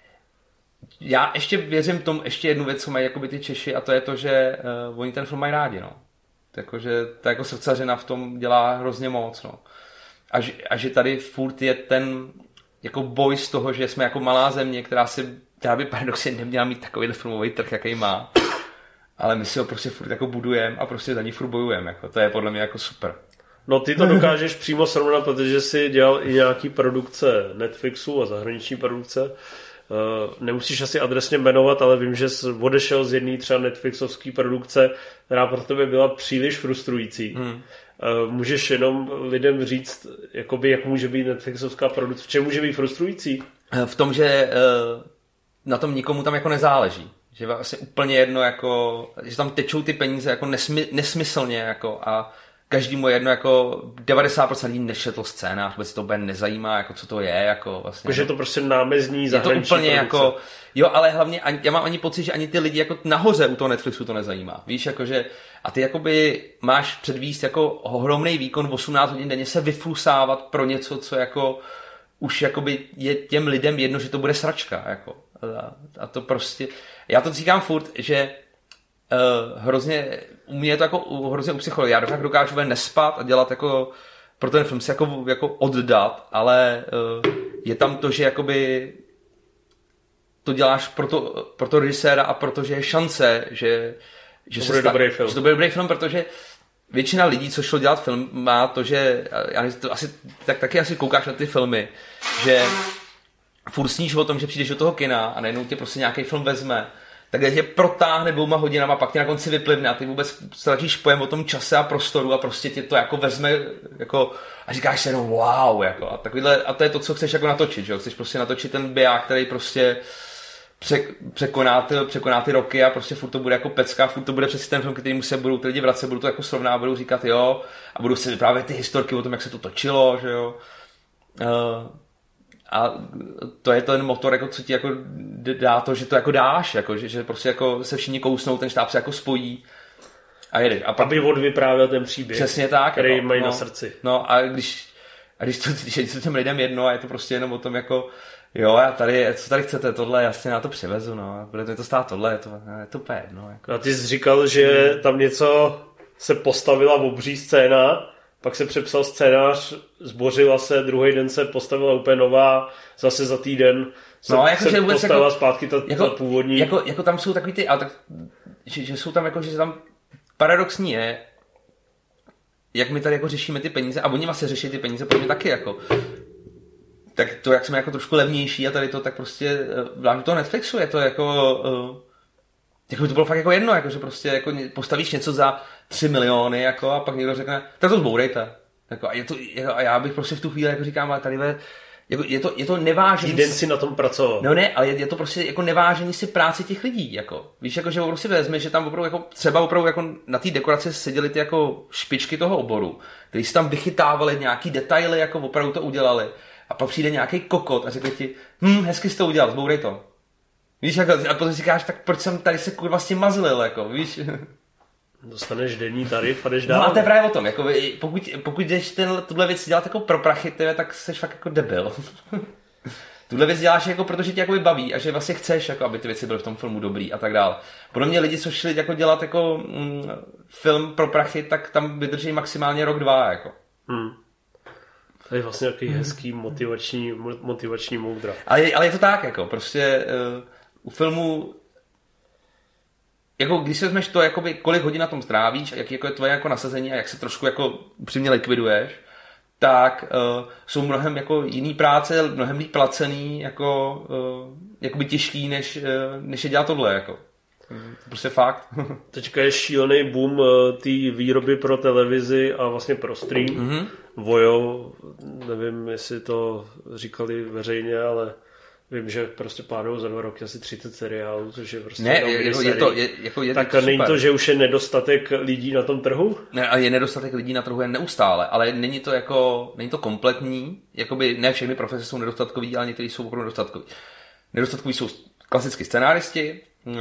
já ještě věřím tomu, ještě jednu věc, co mají jakoby ty Češi, a to je to, že uh, oni ten film mají rádi, no. Takže ta jako srdcařina v tom dělá hrozně moc, no. A že, a že tady furt je ten jako boj z toho, že jsme jako malá země, která si, která by paradoxně neměla mít takovýhle filmový trh, jaký má. Ale my si ho prostě furt jako budujeme a prostě za ní furt bojujeme, jako. To je podle mě jako super. No ty to dokážeš přímo srovnat, protože jsi dělal i nějaký produkce Netflixu a zahraniční produkce. Nemusíš asi adresně jmenovat, ale vím, že jsi odešel z jedné třeba Netflixovské produkce, která pro tebe byla příliš frustrující. Hmm. Můžeš jenom lidem říct, jakoby, jak může být Netflixovská produkce, v čem může být frustrující? V tom, že na tom nikomu tam jako nezáleží. Že vlastně úplně jedno, jako, že tam tečou ty peníze jako nesmy, nesmyslně jako a každému jedno, jako devadesát procent lidí nečetl scénář, vůbec to úplně nezajímá, jako co to je, jako vlastně. Jako, že je to prostě námezní zahraniční je to úplně produkce. Jako, jo, ale hlavně, ani, já mám ani pocit, že ani ty lidi jako nahoře u toho Netflixu to nezajímá, víš, jakože, a ty jakoby máš předvíst jako ohromný výkon osmnáct hodin denně se vyflusávat pro něco, co jako už jakoby je těm lidem jedno, že to bude sračka, jako. A, a to prostě, já to říkám furt, že Uh, hrozně, u mě je to jako hrozně u psychologie, já dokážu, dokážu ven nespat a dělat jako, pro ten film se jako, jako oddat, ale uh, je tam to, že jakoby to děláš pro to, pro to režiséra a protože je šance, že, že, to se bude sta- dobrý film. že to bude dobrý film, protože většina lidí, co šlo dělat film, má to, že já to asi, tak taky asi koukáš na ty filmy, že furt sníš o tom, že přijdeš do toho kina a najednou tě prostě nějaký film vezme, tak tě protáhne dvouma hodinama, pak tě na konci vyplivne a ty vůbec ztratíš pojem o tom čase a prostoru a prostě tě to jako vezme jako, a říkáš si jenom wow, jako, a, takovýhle, a to je to, co chceš jako natočit, že jo? Chceš prostě natočit ten biják, který prostě překoná ty, překoná ty roky a prostě furt to bude jako pecka, furt to bude přesně ten film, kterýmu se budou ty lidi vracet, budou to jako srovnávat, budou říkat jo a budou si vyprávět ty historky o tom, jak se to točilo, že jo. Uh, a to je ten motor, jako, co ti jako dá to, že to jako dáš, jako, že, že prostě jako se všichni kousnou, ten štáb se jako spojí a jede. A pak, aby odvyprávěl ten příběh, přesně tak, který jako, mají no, na srdci. No a když, a když to, když je to těm lidem jedno a je to prostě jenom o tom jako jo, já tady, co tady chcete, tohle, jasně na to přivezu, no, bude mi to stát tohle, je to, je to úplně jedno. Jako. A ty jsi říkal, že tam něco se postavila obří scéna, pak se přepsal scénář, zbořila se, druhý den se postavila úplně nová, zase za týden se, no, jako, se že postavila jako, zpátky ta, jako, ta původní. Jako, jako tam jsou takový ty, ale tak, že, že jsou tam jako, že tam paradoxní je, jak my tady jako řešíme ty peníze, a oni vlastně řeší ty peníze pro mě taky jako. Tak to, jak jsme jako trošku levnější a tady to, tak prostě vládnu toho Netflixu, je to jako, uh, jako by to bylo fakt jako jedno, jako, že prostě jako postavíš něco za tři miliony jako, a pak někdo řekne, tak to zbourejte. Jako, a, je to, jako, a já bych prostě v tu chvíli jako říkám, ale tady ve, jako, je, to, je to nevážení. Týden si na tom pracoval. No ne, ale je, je to prostě jako nevážení si práci těch lidí. Jako. Víš, jako, že opravdu si vezme, že tam opravdu, jako, třeba opravdu jako na té dekoraci seděly ty jako špičky toho oboru, kteří si tam vychytávali nějaký detaily, jako opravdu to udělali. A pak přijde nějaký kokot a řekne ti, hm, hezky jsi to udělal, zbourej to. Víš, jako, a potom si říkáš, tak proč jsem tady se kurva s tím mazlil, jako, víš. Dostaneš denní tarif a jdeš dál. No a to je právě o tom, jako, pokud, pokud jdeš ten, tuhle věc dělat jako pro prachy, tyve, tak jsi fakt jako debil. Tuhle věc děláš jako, protože tě jako baví a že vlastně chceš, jako, aby ty věci byly v tom filmu dobrý a tak dále. Podle mě lidi, co šli jako dělat jako, mm, film pro prachy, tak tam vydrží maximálně rok, dva. Jako. Hmm. To je vlastně takový hezký motivační, motivační moudra. Ale je, ale je to tak, jako, prostě uh, u filmu, jako když si vezmeš to, jakoby, kolik hodin na tom strávíš a jak jako je tvoje jako nasazení a jak se trošku jako upřímně likviduješ, tak uh, jsou mnohem jako jiný práce, mnohem líp placený, jako, uh, jakoby těžký, než, uh, než je dělat tohle, jako. Prostě fakt. Teďka je šílený boom té výroby pro televizi a vlastně pro stream. Mm-hmm. Vojo, nevím, jestli to říkali veřejně, ale vím, že prostě plánují za dva roky asi třicet seriálů, což je prostě ne, jako je to, je, jako je tak to není super. to, že už je nedostatek lidí na tom trhu? Ne, ale je nedostatek lidí na trhu je neustále, ale není to jako, není to kompletní, jakoby ne všechny profese jsou nedostatkový, ale některý jsou opravdu nedostatkový. Nedostatkoví jsou klasicky scenáristi,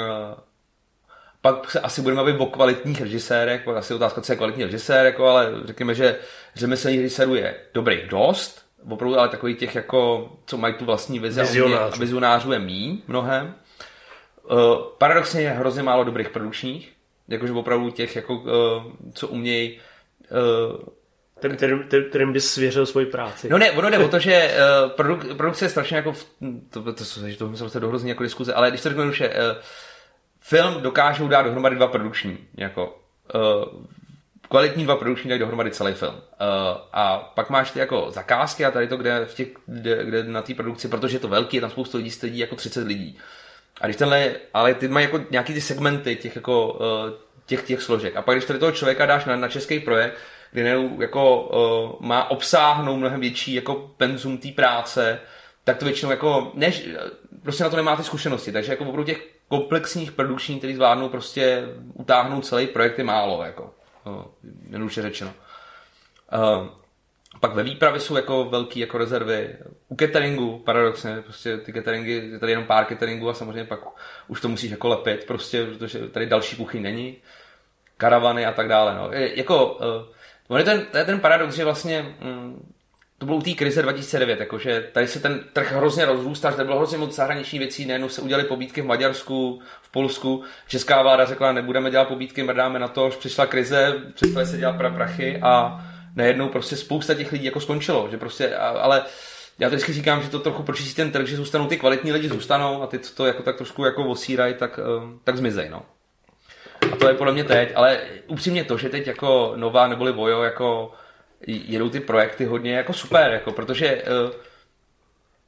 pak se asi budeme bavit o kvalitních režisérech, pak asi otázka, co je kvalitní režisér, jako, ale řekněme, že řemeslných režisérů je dobrých dost, opravdu, ale takových těch, jako, co mají tu vlastní vizi vizionářů. a vizionářů je míň mnohem. Uh, paradoxně je hrozně málo dobrých produkčních, jakože opravdu těch, jako, uh, co umějí uh, Ten, kterým, kterým bys svěřil svoji práci. No ne, ono jde o to, že uh, produk, produkce je strašně jako, v, to, to, to, to myslím, že to dohrozí jako diskuze, ale když to řeknu, že uh, film dokážou dát dohromady dva produkční, jako uh, kvalitní dva produkční dají dohromady celý film. Uh, a pak máš ty jako zakázky a tady to, kde, v těch, kde, kde na té produkci, protože je to velký, je tam spoustu lidí, sedí jako třicet lidí. A když tenhle, ale ty mají jako nějaký ty segmenty těch jako uh, těch, těch složek. A pak když tady toho člověka dáš na, na český projekt, kdy ne, jako uh, má obsáhnout mnohem větší jako penzum té práce, tak to většinou jako, než, prostě na to nemá ty zkušenosti, takže jako opravdu těch komplexních produkčních, který zvládnou prostě utáhnout celý projekt je málo, jako, uh, jednoduše řečeno. Uh, pak ve výpravě jsou jako velký jako rezervy. U cateringu, paradoxně, prostě ty cateringy, je tady jenom pár cateringů a samozřejmě pak už to musíš jako lepit, prostě, protože tady další kuchyň není, karavany a tak dále, no. Je, jako, uh, je ten, je ten paradox, že vlastně mm, to bylo u té krize dva tisíce devět, jakože tady se ten trh hrozně rozrůstá, že tady bylo hrozně moc zahraničních věcí, nejenom se udělali pobídky v Maďarsku, v Polsku, česká vláda řekla, nebudeme dělat pobídky, mrdáme na to, že přišla krize, přestali se dělat pra prachy a najednou prostě spousta těch lidí jako skončilo, že prostě, ale já to vždycky říkám, že to trochu pročistí ten trh, že zůstanou ty kvalitní lidi, zůstanou a ty, co to jako tak trošku jako osírají, tak, tak zmizej, no. A to je podle mě teď, ale upřímně to, že teď jako Nova neboli Vojo jako jedou ty projekty hodně jako super, jako, protože uh,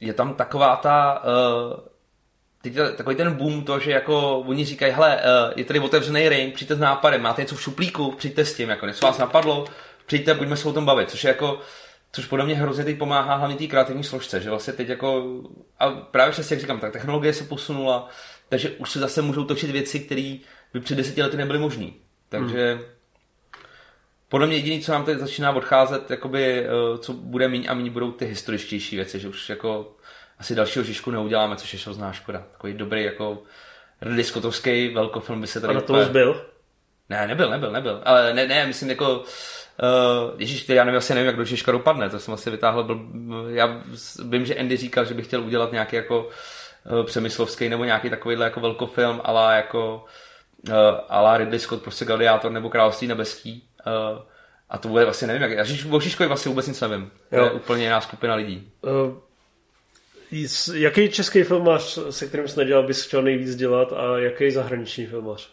je tam taková ta... Uh, teď takový ten boom to, že jako oni říkají, hele, uh, je tady otevřený ring, přijďte s nápadem, máte něco v šuplíku, přijďte s tím, jako něco vás napadlo, přijďte, buďme se o tom bavit, což je jako... Což podle mě hrozně teď pomáhá hlavně té kreativní složce, že vlastně teď jako, a právě přesně jak říkám, tak technologie se posunula, takže už se zase můžou točit věci, které by před deseti lety nebyly možné. Takže hmm. podle mě jediný, co nám teď začíná odcházet, jakoby, co bude míň a míň, budou ty historičtější věci, že už jako asi dalšího Žižku neuděláme, což je hrozná škoda. Takový dobrý jako Ridley Scottovský velkofilm by se tady... A na to už byl? Ne, nebyl, nebyl, nebyl, ale ne, ne, myslím jako... Uh, Ježíš, já nevím, asi nevím, jak do Žižka dopadne, to jsem asi vytáhl, byl, já vím, že Andy říkal, že by chtěl udělat nějaký jako uh, přemyslovský nebo nějaký takovýhle jako velkofilm, ala jako uh, ala Ridley Scott, prostě Gladiátor nebo Království nebeský, uh, a to bude vlastně nevím, jak, já Žiž, o Žižkovi vlastně vůbec nic nevím, to je úplně jiná skupina lidí. Uh, jaký český filmář, se kterým jsi nedělal, bys chtěl nejvíc dělat a jaký zahraniční filmář?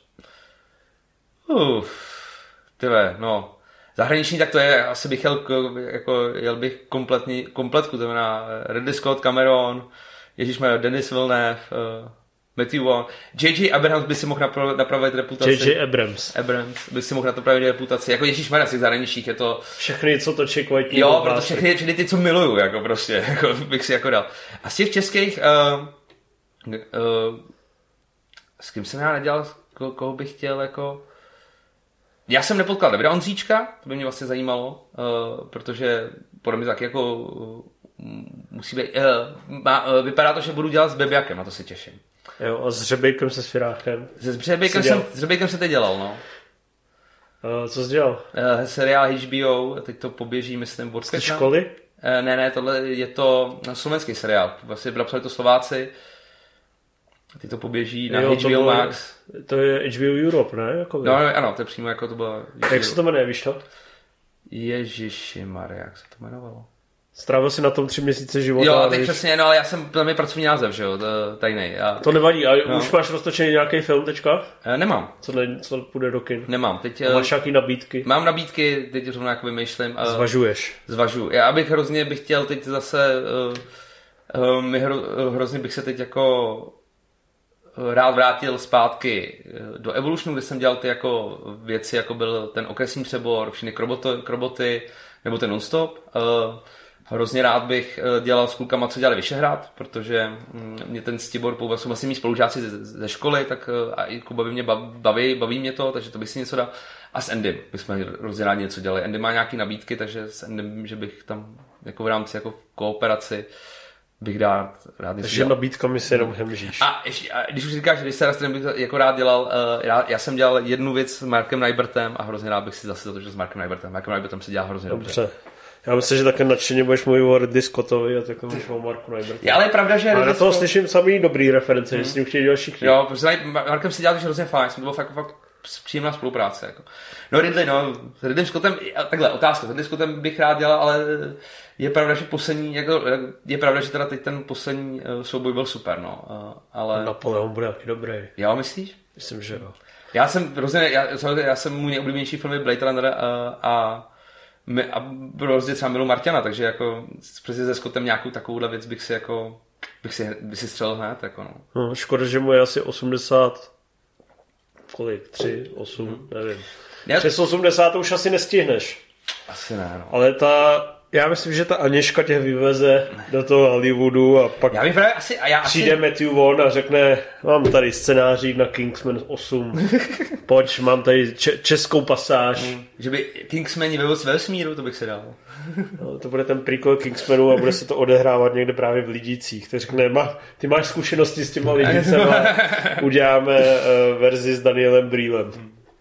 Uh, tyve, no zahraniční, tak to je, asi bych jel, jako, jel bych kompletní, kompletku, to znamená Ridley Scott, Cameron, ježišmarja, Denis Villeneuve, uh, Matthew Vaughn. J J Abrams by si mohl napravit, napravit reputaci. J J Abrams. Abrams by si mohl napravit reputaci. Jako ježišmarja, z těch zahraničních je to... Všechny, co točí kvalitní. Jo, proto všechny, všechny ty, co miluju, jako prostě, jako bych si jako dal. A z těch českých, uh, uh, s kým jsem já nedělal, ko, koho bych chtěl, jako... Já jsem nepotkal Davida Ondříčka, to by mě vlastně zajímalo, uh, protože podle mě tak jako uh, musí být, uh, má, uh, vypadá to, že budu dělat s Bebiakem, na to se těším. Jo, a s Řebejkem se Sfirákem. S Řebejkem jsem, s Řebejkem jsem teď dělal, no. Uh, co jsi dělal? Uh, seriál H B O, teď to poběží, myslím, od května. Z školy? Uh, ne, ne, tohle je to slovenský seriál, vlastně napsali to Slováci. Teď to poběží na jo, H B O Max. To je H B O Europe, ne? Jako no, ano, to je přímo jako to bylo. Jak se to jmenuje, víš to? Ježišimarja, jak se to jmenovalo? Strávil si na tom tři měsíce života. Jo, teď přesně, no ale já jsem, tam je pracovní název, že jo, tajnej. A... To nevadí, a no. Už máš roztočený nějaký film teďka? E, nemám. Co, ne, co půjde do kin? Nemám. Teď, a máš nějaký nabídky? Mám nabídky, teď zrovna jako vymýšlím. A... Zvažuješ? Zvažuji. Já bych hrozně bych chtěl teď zase, uh, uh, my hro, uh, hrozně bych se teď jako rád vrátil zpátky do Evolutionu, kde jsem dělal ty jako věci, jako byl ten okresní přebor, všechny kroboty, kroboty, nebo ten nonstop. Hrozně rád bych dělal s klukama, co dělali Vyšehrad, protože mě ten Stibor Pouba jsou vlastně mý spolužáci ze, ze školy, tak a i Kuba by mě baví, baví mě to, takže to bych si něco dal. A s Endym bychom hrozně rádi něco dělali. Endy má nějaké nabídky, takže s Endym, že bych tam jako v rámci jako kooperaci bych rád, rád něco Takže nabídkami se jenom hemžíš. A, ještě, a když už říkáš, že se bych to jako rád dělal, uh, já, já, jsem dělal jednu věc s Markem Najbertem a hrozně rád bych si zase zatočil s Markem Najbertem. Markem Najbertem se dělá hrozně dobře. dobře. Já myslím, že také nadšeně budeš mluvit o Ridley Scottovi a takhle můžeš o Marku Najbertem. Já, ale je pravda, že... Ale na toho slyším samý dobrý reference, hmm. že s ním chtějí dělat všichni. Jo, protože s Markem si dělal hrozně fajn, jsem to byl fakt, fakt příjemná spolupráce. Jako. No Ridley, no, s Ridley Scottem, takhle, otázka, s Ridley Scottem bych rád dělal, ale je pravda, že poslední, jako, je pravda, že teda teď ten poslední souboj byl super, no, ale... Napoleon bude taky dobrý. Jo, myslíš? Myslím, že jo. Já jsem hrozně, já, já jsem můj nejoblíbenější film je Blade Runner a, a, a hrozně třeba milu Marťana, takže jako přesně se Scottem nějakou takovouhle věc bych si jako, bych si, bych si střelil hned, jako no. no. Škoda, že mu je asi osmdesát, kolik, tři, osm, hmm. nevím. Já... Přes osmdesát už asi nestihneš. Asi ne, no. Ale ta, já myslím, že ta Aněška tě vyveze do toho Hollywoodu a pak já bych právě asi, a já přijde asi... Matthew Vaughn a řekne, mám tady scénáří na Kingsman osm, pojď, mám tady če- českou pasáž. Hmm. Že by Kingsmani vyvoz ve vesmíru, to bych si dal. No, to bude ten prequel Kingsmanu a bude se to odehrávat někde právě v Lidících. To řekne, má, ty máš zkušenosti s těma Lidícema, uděláme uh, verzi s Danielem Brühlem.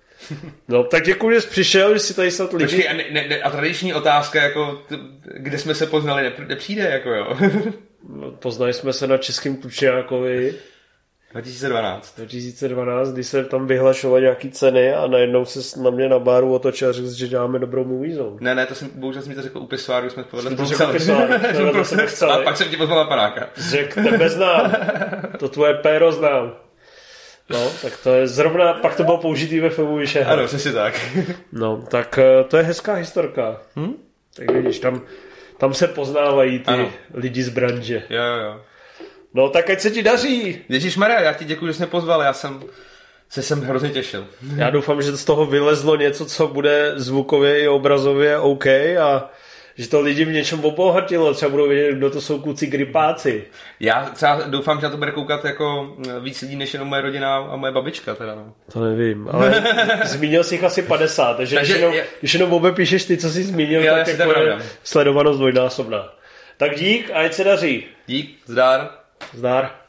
No, tak děkuji, že jsi přišel, že si tady snad lidi... Počkej, a, ne, ne, a tradiční otázka, jako, kde jsme se poznali, nepřijde, jako jo? No, poznali jsme se na Českém Tučňákovi. dva tisíce dvanáct. dva tisíce dvanáct, kdy se tam vyhlašovaly nějaký ceny a najednou se na mě na báru otočil a řekl, že děláme dobrou movie zone. Ne, ne, to jsem, bohužel jsem mi to řekl u pisoáru, jsme povedli to řekl u pisoáru, a pak jsem ti pozval na panáka. Řekl, tebe znám, to tvoje péro znám. No, tak to je zrovna, pak to bylo použitý ve filmu Vyšehrad. Ano, přesně tak. No, tak to je hezká historka. Hm? Tak vidíš, tam Tam se poznávají ty ano. lidi z branže. Jo, jo, jo. No tak ať se ti daří. Ježišmarja, já ti děkuji, že jsi mě pozval, já jsem se jsem hrozně těšil. Já doufám, že z toho vylezlo něco, co bude zvukově i obrazově OK a že to lidi v něčem obohatilo, třeba budou vědět, kdo to jsou kluci gripáci. Já třeba doufám, že na to bude koukat jako víc lidí, než jenom moje rodina a moje babička. Teda, no. To nevím, ale zmínil jsi jich asi padesát, takže, takže když, jenom, je... když jenom obepíšeš ty, co jsi zmínil, jo, tak jako je sledovanost dvojnásobná. Tak dík a ať se daří. Dík, zdar. Zdar.